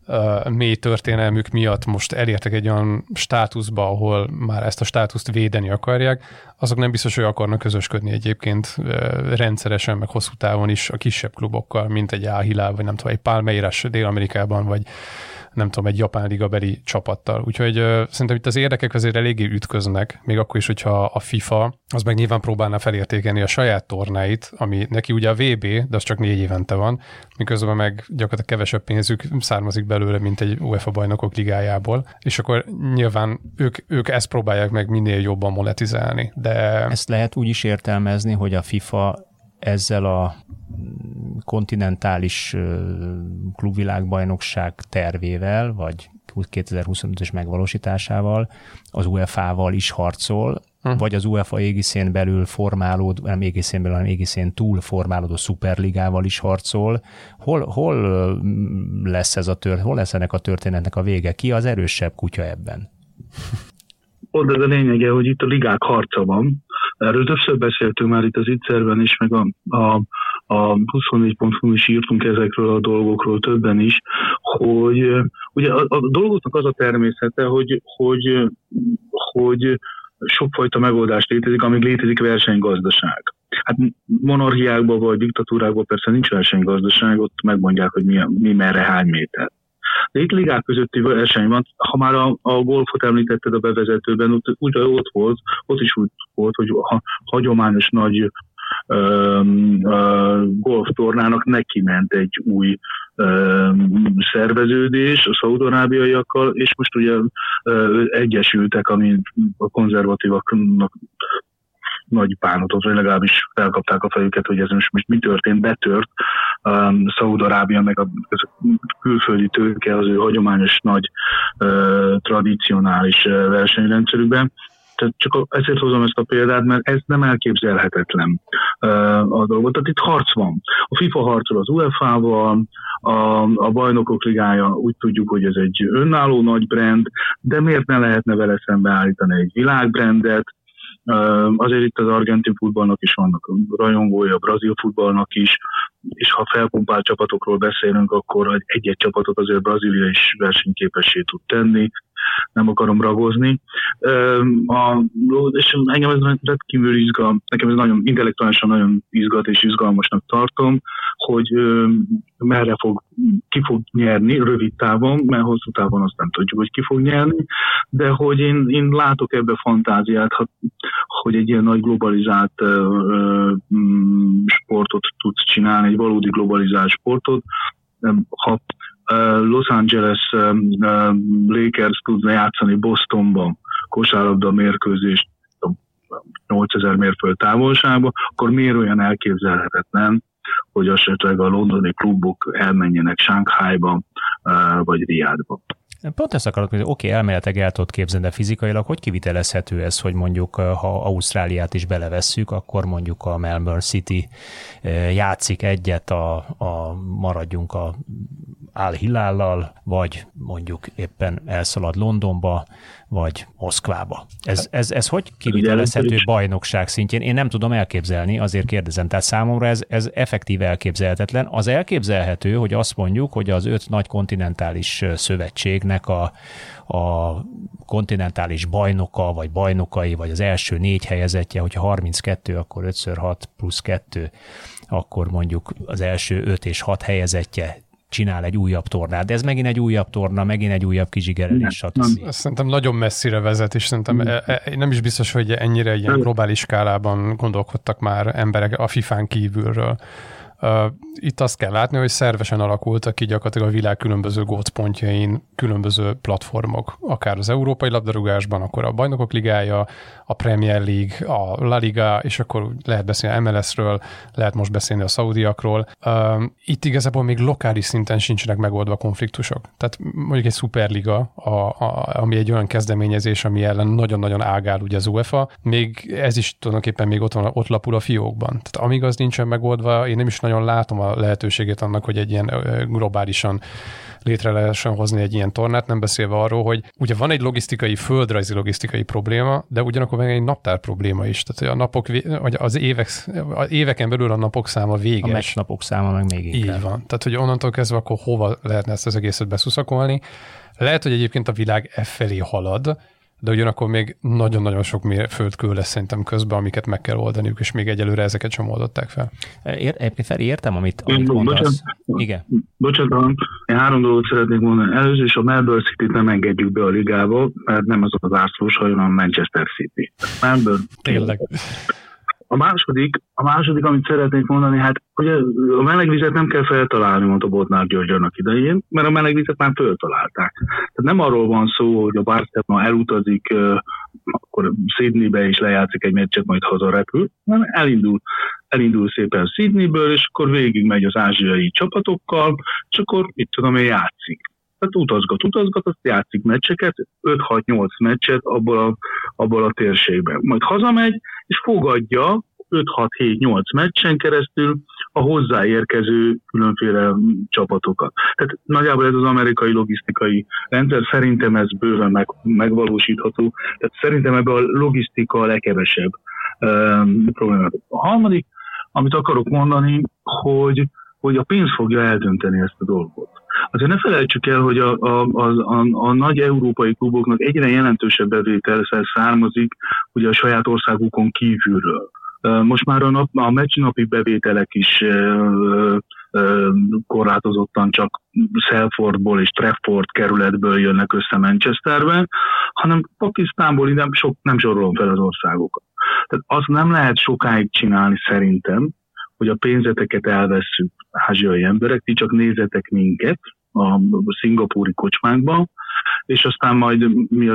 mély történelmük miatt most elértek egy olyan státuszba, ahol már ezt a státuszt védeni akarják, azok nem biztos, hogy akarnak közösködni egyébként rendszeresen, meg hosszú távon is a kisebb klubokkal, mint egy Al Hilal, vagy nem tudom, egy Palmeiras Dél-Amerikában, vagy nem tudom, egy japán ligabeli csapattal. Úgyhogy szerintem itt az érdekek azért eléggé ütköznek, még akkor is, hogyha a FIFA az meg nyilván próbálná felértékelni a saját tornáit, ami neki ugye a VB, de az csak 4 évente van, miközben meg gyakorlatilag kevesebb pénzük származik belőle, mint egy UEFA bajnokok ligájából, és akkor nyilván ők ezt próbálják meg minél jobban monetizálni. De ezt lehet úgy is értelmezni, hogy a FIFA ezzel a kontinentális klubvilágbajnokság tervével, vagy 2025-ös megvalósításával az UEFA-val is harcol, vagy az UEFA égiszén belül formálódó, nem égiszén belül, hanem égiszén túl formálódó szuperligával is harcol. Hol lesz hol lesz ennek a történetnek a vége? Ki az erősebb kutya ebben? Pont ez a lényege, hogy itt a ligák harca van. Erről többször beszéltünk már itt az ITSER-ben is, meg a 24.hu is írtunk ezekről a dolgokról többen is, hogy ugye a dolgoknak az a természete, hogy sokfajta megoldást létezik, amíg létezik versenygazdaság. Hát monarchiákban vagy diktatúrákban persze nincs versenygazdaság, ott megmondják, hogy mi merre hány méter. De itt ligák közötti verseny van. Ha már a golfot említetted a bevezetőben, ott is úgy volt, hogy a hagyományos nagy golftornának neki ment egy új szerveződés a szaúd-arábiaiakkal, és most ugye egyesültek, ami a konzervatívaknak nagy bánatot, vagy legalábbis felkapták a fejüket, hogy ez most mi történt, betört Szaúd-Arábia, meg a külföldi tőke az ő hagyományos nagy tradicionális versenyrendszerükben. Tehát csak ezért hozom ezt a példát, mert ez nem elképzelhetetlen a dolgot. Tehát itt harc van. A FIFA harcol az UEFA-val, a Bajnokok Ligája úgy tudjuk, hogy ez egy önálló nagy brand, de miért ne lehetne vele szembeállítani egy világbrandet? Azért itt az argentin futballnak is vannak rajongói, a brazil futballnak is, és ha felpumpált csapatokról beszélünk, akkor egy-egy csapatot azért Brazília is versenyképessé tud tenni, nem akarom ragozni. És engem ez rendkívül izgal, nekem ez nagyon intellektuálisan nagyon izgat és izgalmasnak tartom, hogy ki fog nyerni rövid távon, mert hosszú távon azt nem tudjuk, hogy ki fog nyerni, de hogy én látok ebbe fantáziát, hogy egy ilyen nagy globalizált sportot tudsz csinálni, egy valódi globalizált sportot. Ha Los Angeles Lakers tudna játszani Bostonban kosárlabda mérkőzést 8000 mérföld távolságban, akkor miért olyan elképzelhetetlen, hogy esetleg a londoni klubok elmenjenek Shanghaiba vagy Riadba. Pont ezt akarod, hogy oké, elméletileg el tudod képzelni, de fizikailag hogy kivitelezhető ez, hogy mondjuk ha Ausztráliát is belevesszük, akkor mondjuk a Melbourne City játszik egyet maradjunk a Al Hilallal, vagy mondjuk éppen elszalad Londonba, vagy Moszkvába. Ez hogy kivitelezhető bajnokság szintjén? Én nem tudom elképzelni, azért kérdezem. Tehát számomra ez effektív elképzelhetetlen. Az elképzelhető, hogy azt mondjuk, hogy az 5 nagy kontinentális szövetségnek a kontinentális bajnoka, vagy bajnokai, vagy az első 4 helyezettje, hogyha 32, akkor 5x6 plusz 2, akkor mondjuk az első 5 és 6 helyezettje csinál egy újabb tornát, de ez megint egy újabb torna, megint egy újabb kizsigerelés, stb. Szerintem nagyon messzire vezet, és szerintem nem is biztos, hogy ennyire ilyen globális skálában gondolkodtak már emberek a FIFA-n kívülről. Itt azt kell látni, hogy szervesen alakultak ki gyakorlatilag a világ különböző gócpontjain különböző platformok, akár az európai labdarúgásban, akkor a Bajnokok Ligája, a Premier League, a La Liga, és akkor lehet beszélni MLS-ről, lehet most beszélni a szaudiakról. Itt igazából még lokális szinten sincsenek megoldva konfliktusok. Tehát mondjuk egy szuperliga, ami egy olyan kezdeményezés, ami ellen nagyon-nagyon ágál ugye az UEFA, még ez is tulajdonképpen még ott lapul a fiókban. Tehát amíg az nincsen megoldva, én nem is nagyon látom a lehetőségét annak, hogy egy ilyen globálisan létre lehessen hozni egy ilyen tornát, nem beszélve arról, hogy ugye van egy földrajzi logisztikai probléma, de ugyanakkor meg egy naptár probléma is. Tehát hogy az éveken belül a napok száma véges. A meccsnapok száma meg még inkább. Így van. Tehát, hogy onnantól kezdve akkor hova lehetne ezt az egészet beszuszakolni. Lehet, hogy egyébként a világ felé halad, de ugyanakkor még nagyon-nagyon sok földkő lesz szerintem közben, amiket meg kell oldaniuk, és még egyelőre ezeket sem oldották fel. Feri, értem, amit mondasz. Igen. Bocsánat, én 3 dolgot szeretnék mondani. Először is a Melbourne City-t nem engedjük be a ligába, mert nem az a zászlós hajón, hanem Manchester City. Melbourne. Tényleg. A második, amit szeretnék mondani, hát ugye a melegvizet nem kell feltalálni, mondta Bodnár Györgynek idején, mert a melegvizet már feltalálták. Tehát nem arról van szó, hogy a Barcelona elutazik, akkor Sydneybe is lejátszik egy meccset, majd hazarepül, hanem elindul szépen Sydneyből, és akkor végigmegy az ázsiai csapatokkal, és akkor mit tudom én, játszik. Tehát utazgat, azt játszik meccseket, 5-6-8 meccset abból a térségben. Majd hazamegy, és fogadja 5-6-7-8 meccsen keresztül a hozzáérkező különféle csapatokat. Tehát nagyjából ez az amerikai logisztikai rendszer, szerintem ez bőven megvalósítható. Tehát szerintem ebben a logisztika a legkevesebb probléma. A harmadik, amit akarok mondani, hogy a pénz fogja eldönteni ezt a dolgot. Azért ne felejtsük el, hogy a nagy európai kluboknak egyre jelentősebb bevétel származik ugye a saját országukon kívülről. Most már a meccsnapi bevételek is korlátozottan csak Salfordból és Trafford kerületből jönnek össze Manchesterbe, hanem Pakisztánból ide nem sorolom fel az országokat. Tehát azt nem lehet sokáig csinálni szerintem, hogy a pénzeteket elvesszük ázsiai emberek, ti csak nézzetek minket a szingapúri kocsmákban, és aztán majd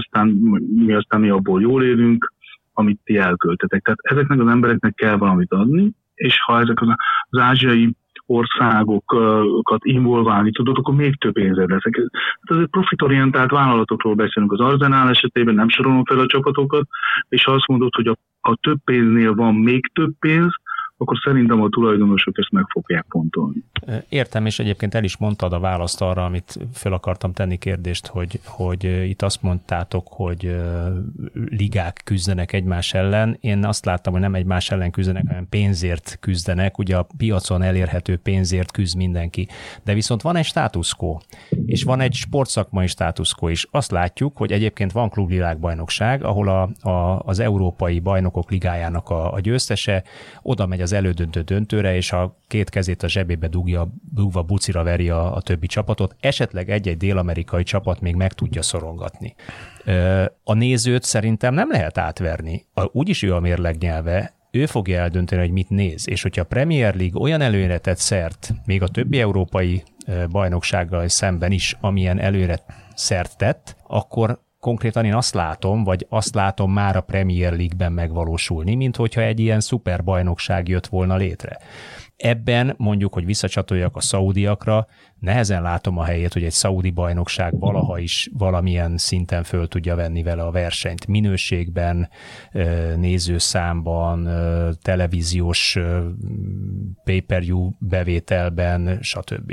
mi abból jól élünk, amit ti elköltetek. Tehát ezeknek az embereknek kell valamit adni, és ha ezek az ázsiai országokat involválni tudod, akkor még több pénzed leszek. Tehát ez profitorientált vállalatokról beszélünk. Az Arsenal esetében nem sorolom fel a csapatokat, és ha azt mondod, hogy a több pénznél van még több pénz, akkor szerintem a tulajdonosok ezt meg fogják pontolni. Értem, és egyébként el is mondtad a választ arra, amit fel akartam tenni kérdést, hogy itt azt mondtátok, hogy ligák küzdenek egymás ellen. Én azt láttam, hogy nem egymás ellen küzdenek, hanem pénzért küzdenek. Ugye a piacon elérhető pénzért küzd mindenki. De viszont van egy status quo, és van egy sportszakmai status quo is. Azt látjuk, hogy egyébként van klubvilágbajnokság, ahol az Európai Bajnokok Ligájának a győztese oda megy az elődöntő döntőre, és a két kezét a zsebébe dugva bucira veri a többi csapatot, esetleg egy-egy dél-amerikai csapat még meg tudja szorongatni. A nézőt szerintem nem lehet átverni. Úgyis ő a mérleg nyelve, ő fogja eldönteni, hogy mit néz. És hogyha a Premier League olyan előnyre tett szert, még a többi európai bajnoksággal szemben is, amilyen előnyre szert tett, akkor konkrétan én azt látom már a Premier League-ben megvalósulni, mint hogyha egy ilyen szuperbajnokság jött volna létre. Ebben mondjuk, hogy visszacsatoljak a szaudiakra, nehezen látom a helyét, hogy egy szaudi bajnokság valaha is valamilyen szinten föl tudja venni vele a versenyt. Minőségben, nézőszámban, televíziós pay-per-view bevételben, stb.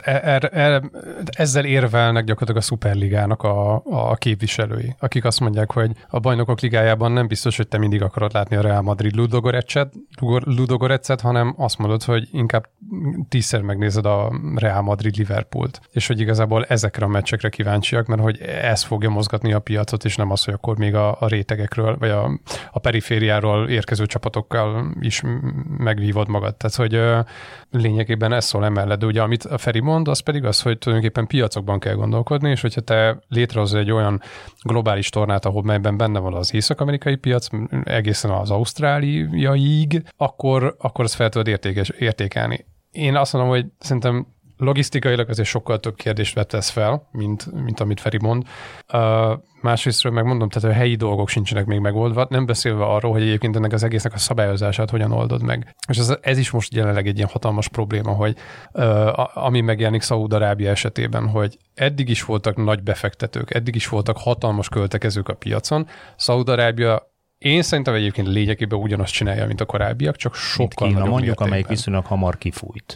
Ezzel érvelnek gyakorlatilag a szuperligának a képviselői, akik azt mondják, hogy a bajnokok ligájában nem biztos, hogy te mindig akarod látni a Real Madrid Ludogoretset, hanem azt mondod, hogy inkább 10-szer megnézed a Real Madrid Liverpoolt, és hogy igazából ezekre a meccsekre kíváncsiak, mert hogy ez fogja mozgatni a piacot, és nem az, hogy akkor még a rétegekről, vagy a perifériáról érkező csapatokkal is megvívod magad. Tehát, hogy lényegében ez szól emellett, de ugye amit a Feri mond, az pedig az, hogy tulajdonképpen piacokban kell gondolkodni, és hogyha te létrehozol egy olyan globális tornát, ahol melyben benne van az észak-amerikai piac, egészen az ausztráliaig, akkor azt fel tudod értékelni. Én azt mondom, hogy szerintem logisztikailag azért sokkal több kérdést vetesz fel, mint amit Feri mond. Másrésztről megmondom, tehát a helyi dolgok sincsenek még megoldva, nem beszélve arról, hogy egyébként ennek az egésznek a szabályozását hogyan oldod meg. És ez is most jelenleg egy ilyen hatalmas probléma, hogy ami megjelenik Szaúd-Arábia esetében, hogy eddig is voltak nagy befektetők, eddig is voltak hatalmas költekezők a piacon. Szaúd-Arábia én szerintem egyébként lényegében ugyanazt csinálja, mint a korábbiak, csak sokkal nagyobb mondjuk, mértékben. amelyik viszonylag hamar kifújt.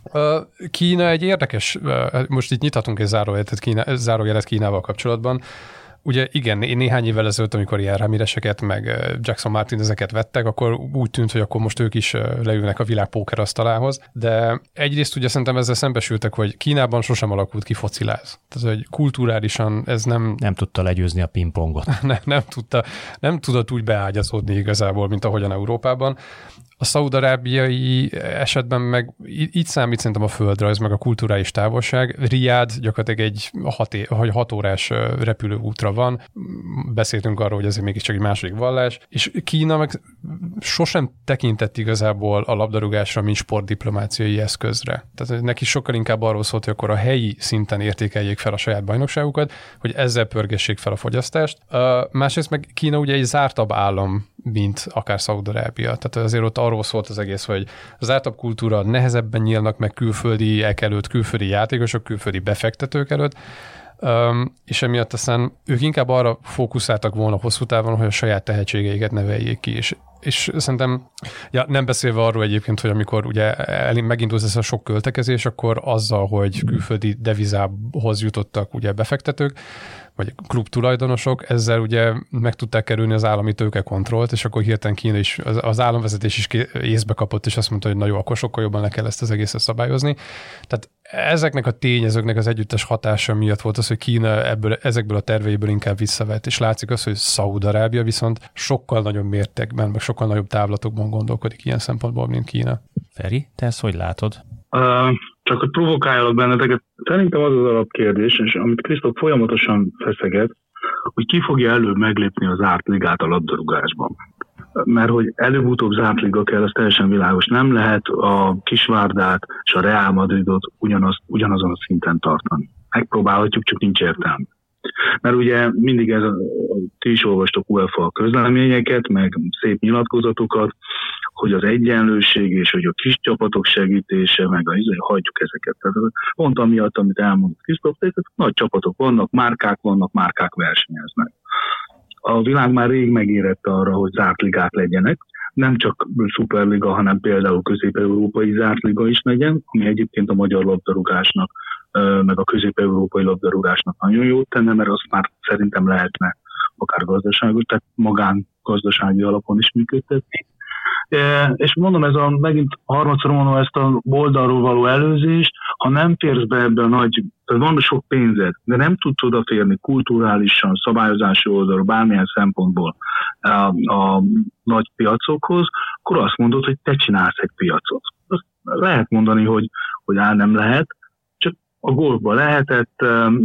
Kína egy érdekes, most itt nyithatunk egy zárójelet Kínával kapcsolatban. Ugye igen, néhány évvel ezelőtt, amikor ilyen Ramirezeket, meg Jackson Martinezeket vettek, akkor úgy tűnt, hogy akkor most ők is leülnek a világ pókerasztalához, de egyrészt ugye szerintem ezzel szembesültek, hogy Kínában sosem alakult ki fociláz. Tehát, hogy kulturálisan ez nem tudta legyőzni a pingpongot. nem tudott úgy beágyazódni igazából, mint ahogyan Európában. A szaúd-arábiai esetben meg így számít szerintem a földrajz, meg a kulturális távolság. Riád gyakorlatilag egy 6 órás repülőútra van. Beszéltünk arról, hogy ez mégiscsak egy második vallás. És Kína meg sosem tekintett igazából a labdarúgásra, mint sportdiplomáciai eszközre. Tehát neki sokkal inkább arról szólt, hogy akkor a helyi szinten értékeljék fel a saját bajnokságukat, hogy ezzel pörgessék fel a fogyasztást. Másrészt meg Kína ugye egy zártabb állam, mint akár Szaúd-Arábia. Tehát azért ott arról szólt az egész, hogy az zártabb kultúra nehezebben nyílnak meg külföldiek előtt, külföldi játékosok, külföldi befektetők előtt, és emiatt aztán ők inkább arra fókuszáltak volna hosszú távon, hogy a saját tehetségeiket neveljék ki, és szerintem, nem beszélve arról egyébként, hogy amikor ugye megindult ez a sok költekezés, akkor azzal, hogy külföldi devizához jutottak ugye befektetők, vagy klubtulajdonosok, ezzel ugye meg tudták kerülni az állami tőkekontrollt, és akkor hirtelen Kína is, az államvezetés is észbe kapott, és azt mondta, hogy na jó, akkor sokkal jobban le kell ezt az egészet szabályozni. Tehát ezeknek a tényezőknek az együttes hatása miatt volt az, hogy Kína ezekből a terveiből inkább visszavett, és látszik az, hogy Szaúd-Arábia viszont sokkal nagyobb mértékben, meg sokkal nagyobb távlatokban gondolkodik ilyen szempontból, mint Kína. Feri, te ezt hogy látod? Csak hogy provokáljalak benneteket, szerintem az alapkérdés, és amit Krisztóf folyamatosan feszeget, hogy ki fogja előbb meglépni az zárt ligát a labdarúgásban. Mert hogy előbb-utóbb zárt liga kell, az teljesen világos. Nem lehet a Kisvárdát és a Real Madridot ugyanazon a szinten tartani. Megpróbálhatjuk, csak nincs értelme. Mert ugye mindig ti is olvastok UEFA közleményeket, meg szép nyilatkozatokat, hogy az egyenlőség és hogy a kis csapatok segítése, meg hagyjuk ezeket. Tehát pont amiatt, amit elmondott Krisztóf, nagy csapatok vannak, márkák versenyeznek. A világ már rég megérett arra, hogy zárt ligák legyenek, nem csak szuperliga, hanem például közép-európai zárt liga is legyen, ami egyébként a magyar labdarúgásnak, meg a közép-európai labdarúgásnak nagyon jót tenne, mert azt már szerintem lehetne akár gazdaságos, tehát magángazdasági alapon is működtetni. És mondom, megint harmadszor mondom ezt a oldalról való előzést, ha nem férsz be ebbe a nagy, tehát van sok pénzed, de nem tudsz odaférni kulturálisan, szabályozási oldalról, bármilyen szempontból a nagy piacokhoz, akkor azt mondod, hogy te csinálsz egy piacot. Azt lehet mondani, hogy nem lehet, csak a golfban lehetett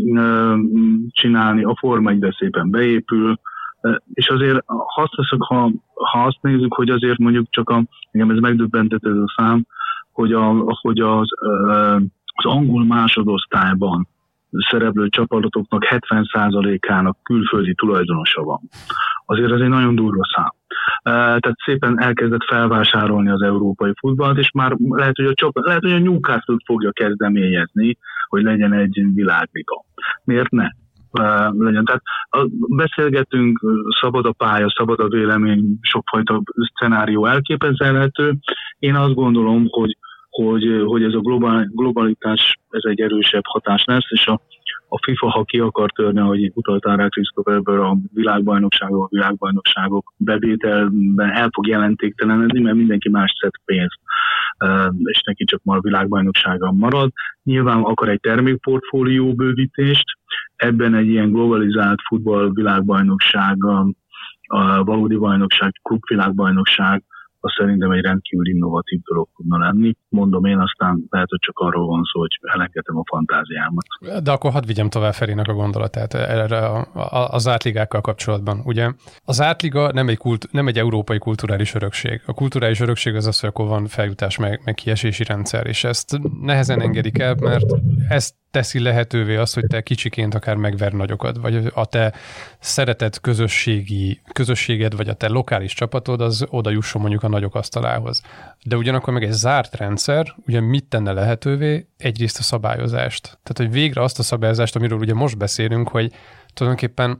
csinálni, a Forma 1-be szépen beépül, és azért ha azt nézzük, hogy azért mondjuk csak engem ez megdöbbentett ez a szám, hogy az angol másodosztályban szereplő csapatoknak 70%-ának külföldi tulajdonosa van. Azért ez egy nagyon durva szám. Tehát szépen elkezdett felvásárolni az európai futballt, és már lehet, hogy a Newcastle fogja kezdeményezni, hogy legyen egy világliga. Miért ne? Legyen. Tehát beszélgetünk, szabad a pálya, szabad a vélemény, sokfajta szenárió elképzelhető. Én azt gondolom, hogy ez a globalitás, ez egy erősebb hatás lesz, és a FIFA, ha ki akar törni, ahogy utaltál rá Krisztóf, ebből a világbajnokságok bevételben el fog jelentéktelenedni, mert mindenki más szed pénzt, és neki csak már a világbajnoksága marad. Nyilván akar egy termékportfólió bővítést, ebben egy ilyen globalizált futball világbajnokság, a valódi bajnokság, klubvilágbajnokság, az szerintem egy rendkívül innovatív dolog tudna lenni. Mondom én, aztán lehet, hogy csak arról van szó, hogy elengedem a fantáziámat. De akkor hadd vigyem tovább Ferinek a gondolatát erre az átligákkal kapcsolatban. Ugye az átliga nem egy európai kulturális örökség. A kulturális örökség az, hogy akkor van feljutás meg kiesési rendszer, és ezt nehezen engedik el, mert ezt teszi lehetővé azt, hogy te kicsiként akár megver nagyokat, vagy a te szeretett közösséged, vagy a te lokális csapatod, az oda jusson mondjuk a nagyok asztalához. De ugyanakkor meg egy zárt rendszer, ugye mit tenne lehetővé? Egyrészt a szabályozást. Tehát, hogy végre azt a szabályozást, amiről ugye most beszélünk, hogy tulajdonképpen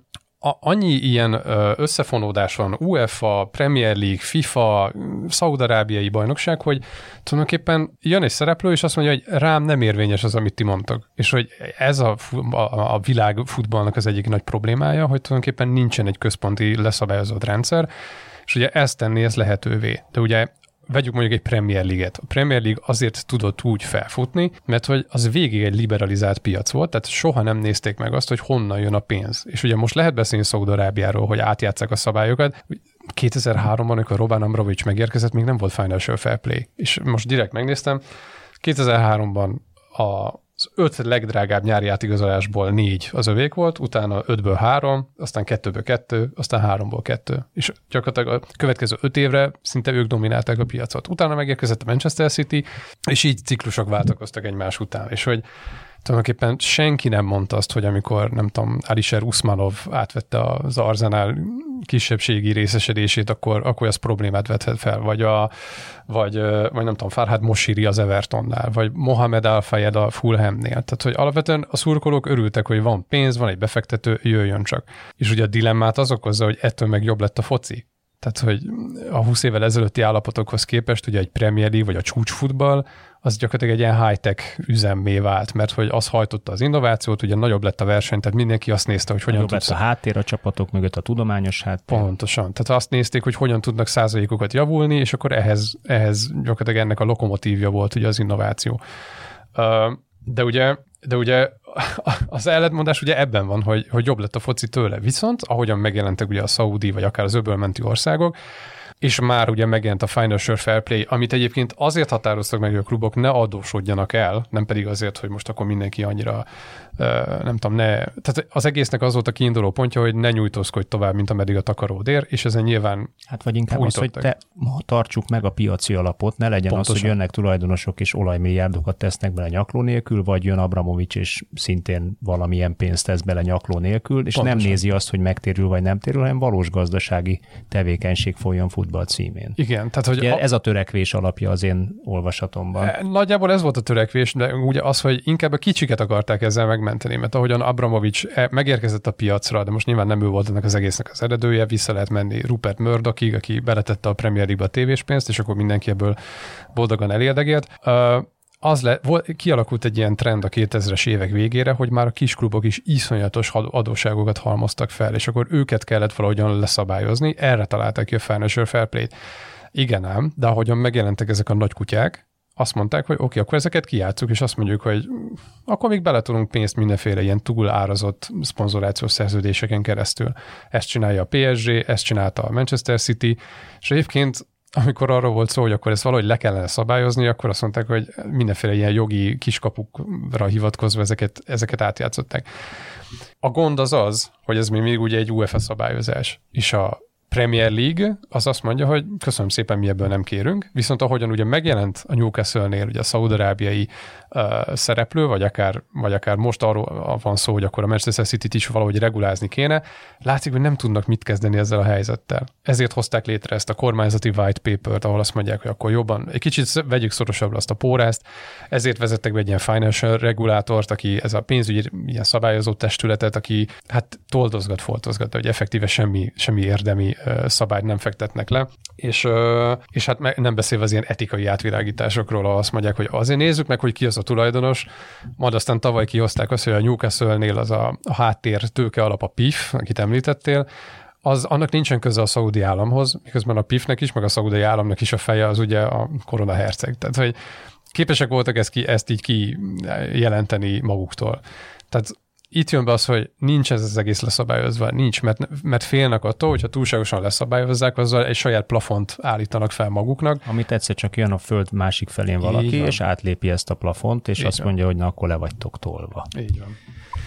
annyi ilyen összefonódás van, UEFA, Premier League, FIFA, szaúd-arábiai bajnokság, hogy tulajdonképpen jön egy szereplő, és azt mondja, hogy rám nem érvényes az, amit ti mondtak. És hogy ez a világ futballnak az egyik nagy problémája, hogy tulajdonképpen nincsen egy központi leszabályozott rendszer, és ugye ezt tenni, ez lehetővé. De ugye vegyük mondjuk egy Premier League-et. A Premier League azért tudott úgy felfutni, mert hogy az végig egy liberalizált piac volt, tehát soha nem nézték meg azt, hogy honnan jön a pénz. És ugye most lehet beszélni Szaúd-Arábiáról, hogy átjátsszák a szabályokat. 2003-ban, amikor Roman Abramovich megérkezett, még nem volt Financial Fair Play. És most direkt megnéztem, 2003-ban az 5 legdrágább nyári átigazolásból 4 az övék volt, utána 5-ből 3, aztán 2-ből 2, aztán 3-ból 2. És gyakorlatilag a következő 5 évre szinte ők dominálták a piacot. Utána megérkezett a Manchester City, és így ciklusok váltakoztak egymás után. És hogy tulajdonképpen senki nem mondta azt, hogy amikor, nem tudom, Alisher Usmanov átvette az Arsenal kisebbségi részesedését, akkor ez problémát vethet fel, vagy nem tudom, Farhad Moshiri az Evertonnál, vagy Mohamed Al-Fayed a Fulhamnél. Tehát, hogy alapvetően a szurkolók örültek, hogy van pénz, van egy befektető, jöjjön csak. És ugye a dilemmát az okozza, hogy ettől meg jobb lett a foci. Tehát, hogy a 20 évvel ezelőtti állapotokhoz képest ugye egy Premier League vagy a csúcsfutball, az gyakorlatilag egy ilyen high-tech üzemmé vált, mert hogy az hajtotta az innovációt, ugye nagyobb lett a verseny, tehát mindenki azt nézte, hogy hogyan tudsz... lett a háttér a csapatok mögött, a tudományos háttér. Pontosan. Tehát azt nézték, hogy hogyan tudnak százalékokat javulni, és akkor ehhez gyakorlatilag ennek a lokomotívja volt ugye az innováció. De ugye az ellentmondás ugye ebben van, hogy jobb lett a foci tőle. Viszont, ahogyan megjelentek ugye a szaudi, vagy akár az öbölmenti országok, és már ugye megjelent a Financial Fair Play, amit egyébként azért határoztak meg, hogy a klubok ne adósodjanak el, nem pedig azért, hogy most akkor mindenki annyira, nem tudom, tehát az egésznek az volt a kiinduló pontja, hogy ne nyújtózkodj tovább, mint ameddig a takaród ér, és ezen nyilván hát vagy inkább az, hogy tartsuk meg a piaci alapot, ne legyen pontosan az, hogy jönnek tulajdonosok és olajmilliárdokat tesznek bele nyakló nélkül, vagy jön Abramovich és szintén valamilyen pénzt tesz bele nyakló nélkül, és pontosan nem nézi azt, hogy megtérül vagy nem térül, hanem valós gazdasági tevékenység folyjon futball címén. Igen, tehát hogy ez a törekvés alapja az én olvasatomban. Nagyjából ez volt a törekvés, de ugye az, hogy inkább a kicsiket akarták ezzel megmenteni, mert ahogyan Abramovich megérkezett a piacra, de most nyilván nem ő volt ennek az egésznek az eredője, vissza lehet menni Rupert Murdochig, aki beletette a Premier League-be a tévéspénzt, és akkor mindenki ebből boldogan elérdegélt. Kialakult egy ilyen trend a 2000-es évek végére, hogy már a kisklubok is iszonyatos adósságokat halmoztak fel, és akkor őket kellett valahogyan leszabályozni, erre találták ki a Financial Fair Play-t. Igen ám, de ahogyan megjelentek ezek a nagy kutyák, azt mondták, hogy oké, akkor ezeket kijátszuk, és azt mondjuk, hogy akkor még beletolunk pénzt mindenféle ilyen túl árazott szponzorációs szerződéseken keresztül. Ezt csinálja a PSG, ezt csinálta a Manchester City, és egyébként amikor arról volt szó, hogy akkor ezt valahogy le kellene szabályozni, akkor azt mondták, hogy mindenféle ilyen jogi kiskapukra hivatkozva ezeket átjátszották. A gond az, hogy ez még ugye egy UEFA szabályozás, és a Premier League az azt mondja, hogy köszönöm szépen, mi ebből nem kérünk, viszont ahogyan ugye megjelent a Newcastle-nél ugye a szaúd-arábiai szereplő, vagy akár most arról van szó, hogy akkor a Manchester City-t is valahogy regulázni kéne, látszik, hogy nem tudnak mit kezdeni ezzel a helyzettel. Ezért hozták létre ezt a kormányzati white paper-t, ahol azt mondják, hogy akkor jobban, egy kicsit vegyük szorosabbra azt a pórázt, ezért vezettek be egy ilyen financial regulátort, aki ez a pénzügyi ilyen szabályozó testületet, aki hát foltozgat, hogy effektíve semmi érdemi szabályt nem fektetnek le, és hát nem beszélve az ilyen etikai átvilágításokról, azt mondják, hogy azért nézzük meg, hogy ki az a tulajdonos, majd aztán tavaly kihozták azt, hogy a Newcastle-nél az a háttér tőke alap a PIF, akit említettél, annak nincsen köze a szaudi államhoz, miközben a PIF-nek is, meg a szaudi államnak is a feje az ugye a korona herceg. Tehát, hogy képesek voltak ezt így kijelenteni maguktól. Tehát itt jön be az, hogy nincs ez az egész leszabályozva. Nincs, mert félnek attól, hogyha túlságosan leszabályozzák, azzal egy saját plafont állítanak fel maguknak. Amit egyszer csak jön a föld másik felén valaki, és átlépi ezt a plafont, és így azt mondja, hogy na, akkor le vagytok tolva. Így van.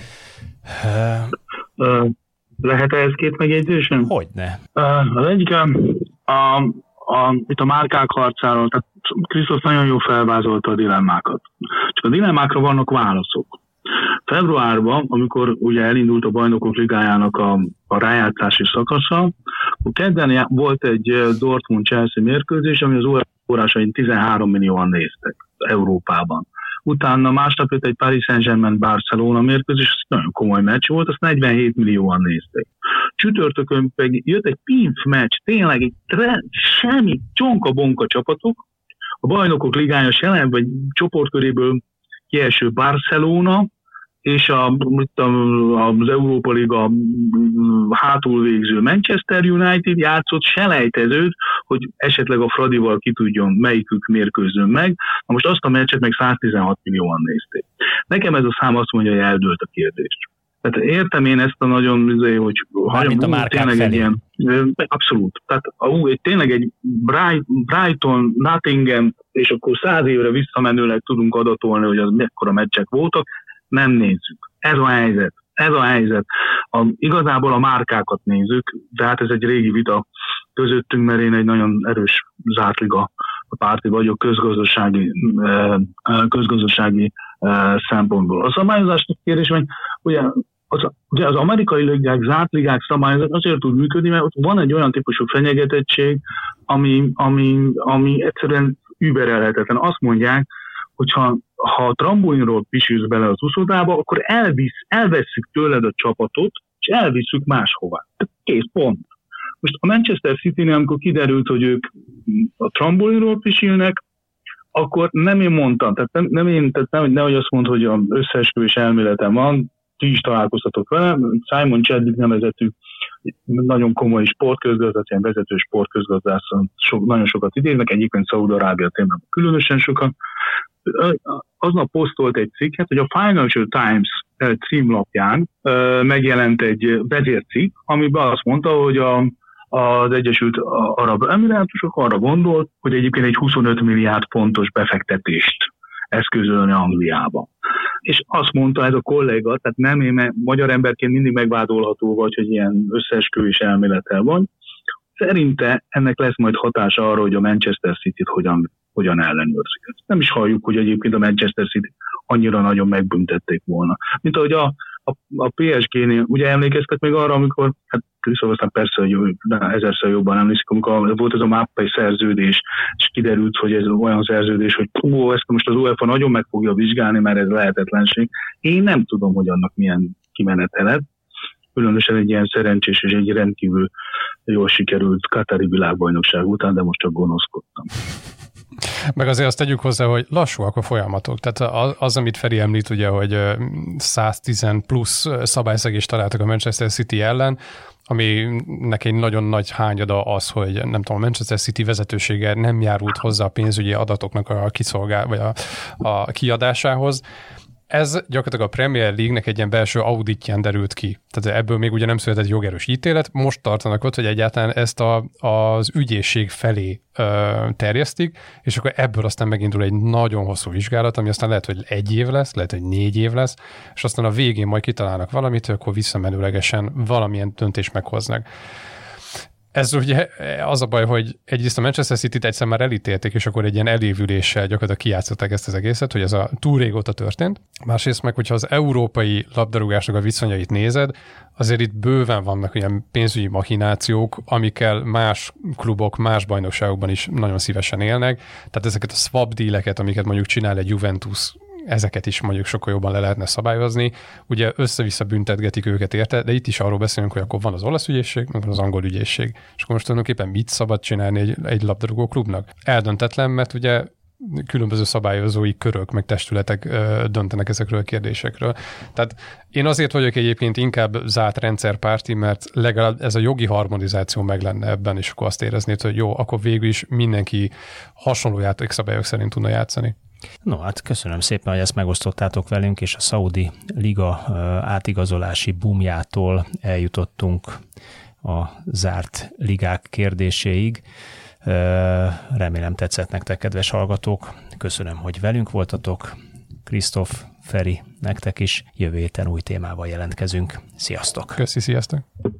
Lehet ez két megjegyzésem? Hogyne. Az egyik, itt a márkák harcáról, tehát Krisztus nagyon jól felvázolta a dilemmákat. Csak a dilemmákra vannak válaszok. Februárban, amikor ugye elindult a Bajnokok Ligájának a rájátszási szakasza, kedden volt egy Dortmund-Chelsea mérkőzés, ami az UEFA forrásain 13 millióan néztek Európában. utána másnap jött egy Paris Saint-Germain-Barcelona mérkőzés, és nagyon komoly meccs volt, azt 47 millióan nézték. Csütörtökön pedig jött egy pinf meccs, tényleg egy semmi csonka-bonka csapatok, a Bajnokok Ligája jelen, vagy csoportköréből kieső Barcelona, és az Európa Liga hátul végző Manchester United játszott selejtezőt, hogy esetleg a Fradival ki tudjon melyikük mérkőzön meg. Na most azt a meccset meg 116 millióan nézték. Nekem ez a szám azt mondja, hogy eldőlt a kérdés. Tehát értem én ezt a nagyon, hogy mármint a márkák felé. Ilyen, abszolút. Tehát tényleg egy Brighton, Nottingham, és akkor 100 évre visszamenőleg tudunk adatolni, hogy az mekkora meccsek voltak, nem nézzük. Ez a helyzet. Igazából a márkákat nézzük, de hát ez egy régi vita közöttünk, mert én egy nagyon erős zártliga párti vagyok közgazdasági szempontból. A szabályozásnak kérdés, hogy ugye az amerikai ligák, zárt ligák szabályozat azért tud működni, mert ott van egy olyan típusú fenyegetettség, ami egyszerűen überelhetetlen. Azt mondják, hogyha a trambulinról pisülsz bele az uszodába, akkor elvesszük tőled a csapatot, és elvisszük máshová. Kész, pont. Most a Manchester City-nél, amikor kiderült, hogy ők a trambulinról pisülnek, akkor nem én mondtam, tehát nehogy azt mondd, hogy az összeesküvés elméletem van, ti is találkoztatok vele, Simon Chadwick nevezetű nagyon komoly sportközgazdász, ilyen vezető sportközgazdász, nagyon sokat idéznek, egyébként Szaúd-Arábia témában különösen sokan. Aznap posztolt egy cikket, hogy a Financial Times címlapján megjelent egy vezércikk, amiben azt mondta, hogy az Egyesült Arab Emirátusok arra gondolt, hogy egyébként egy 25 milliárd fontos befektetést eszközölni Angliába. És azt mondta ez a kolléga, tehát nem én, mert magyar emberként mindig megvádolható vagy, hogy ilyen összeesküvés elmélettel van. Szerinte ennek lesz majd hatása arra, hogy a Manchester City-t hogyan ellenőrzik. Nem is halljuk, hogy egyébként a Manchester City annyira nagyon megbüntették volna. Mint ahogy a PSG-nél, ugye emlékeztek még arra, amikor, hát Krisztóf aztán persze, hogy ezerszer jobban emlékszik, amikor volt ez a MAPPE szerződés, és kiderült, hogy ez olyan szerződés, hogy ezt most az UEFA nagyon meg fogja vizsgálni, mert ez lehetetlenség. Én nem tudom, hogy annak milyen kimenete lett. Különösen egy ilyen szerencsés és egy rendkívül jól sikerült katari világbajnokság után, de most csak gonoszkodtam. Meg azért azt tegyük hozzá, hogy lassúak a folyamatok. Tehát az, amit Feri említ, ugye, hogy 110 plusz szabályszegést találtak a Manchester City ellen, aminek egy nagyon nagy hányada az, hogy nem tudom, a Manchester City vezetősége nem járult hozzá a pénzügyi adatoknak vagy a kiadásához. Ez gyakorlatilag a Premier League-nek egy ilyen belső auditján derült ki. Tehát ebből még ugye nem született jogerős ítélet, most tartanak ott, hogy egyáltalán ezt az ügyészség felé terjesztik, és akkor ebből aztán megindul egy nagyon hosszú vizsgálat, ami aztán lehet, hogy 1 év lesz, lehet, hogy 4 év lesz, és aztán a végén majd kitalálnak valamit, hogy akkor visszamenőlegesen valamilyen döntést meghoznak. Ez ugye az a baj, hogy egyrészt a Manchester City-t egyszer már elítélték, és akkor egy ilyen elévüléssel gyakorlatilag kijátszották ezt az egészet, hogy ez túl régóta történt. Másrészt meg, hogyha az európai labdarúgásnak a viszonyait nézed, azért itt bőven vannak olyan pénzügyi machinációk, amikkel más klubok, más bajnokságokban is nagyon szívesen élnek. Tehát ezeket a swap dealeket, amiket mondjuk csinál egy Juventus, ezeket is mondjuk sokkal jobban le lehetne szabályozni. Ugye össze-vissza büntetgetik őket érte, de itt is arról beszélünk, hogy akkor van az olasz ügyészség, meg van az angol ügyészség. És akkor most tulajdonképpen mit szabad csinálni egy labdarúgó klubnak? Eldöntetlen, mert ugye különböző szabályozói körök, meg testületek döntenek ezekről a kérdésekről. Tehát én azért vagyok egyébként inkább zárt rendszerpárti, mert legalább ez a jogi harmonizáció meg lenne ebben, és akkor azt éreznéd, hogy jó, akkor végül is mindenki hasonló játékszabályok szerint tudna játszani. No, hát köszönöm szépen, hogy ezt megosztottátok velünk, és a Szaudi Liga átigazolási boomjától eljutottunk a zárt ligák kérdéséig. Remélem tetszett nektek, kedves hallgatók. Köszönöm, hogy velünk voltatok. Krisztóf, Feri, nektek is. Jövő héten új témával jelentkezünk. Sziasztok! Köszi, sziasztok!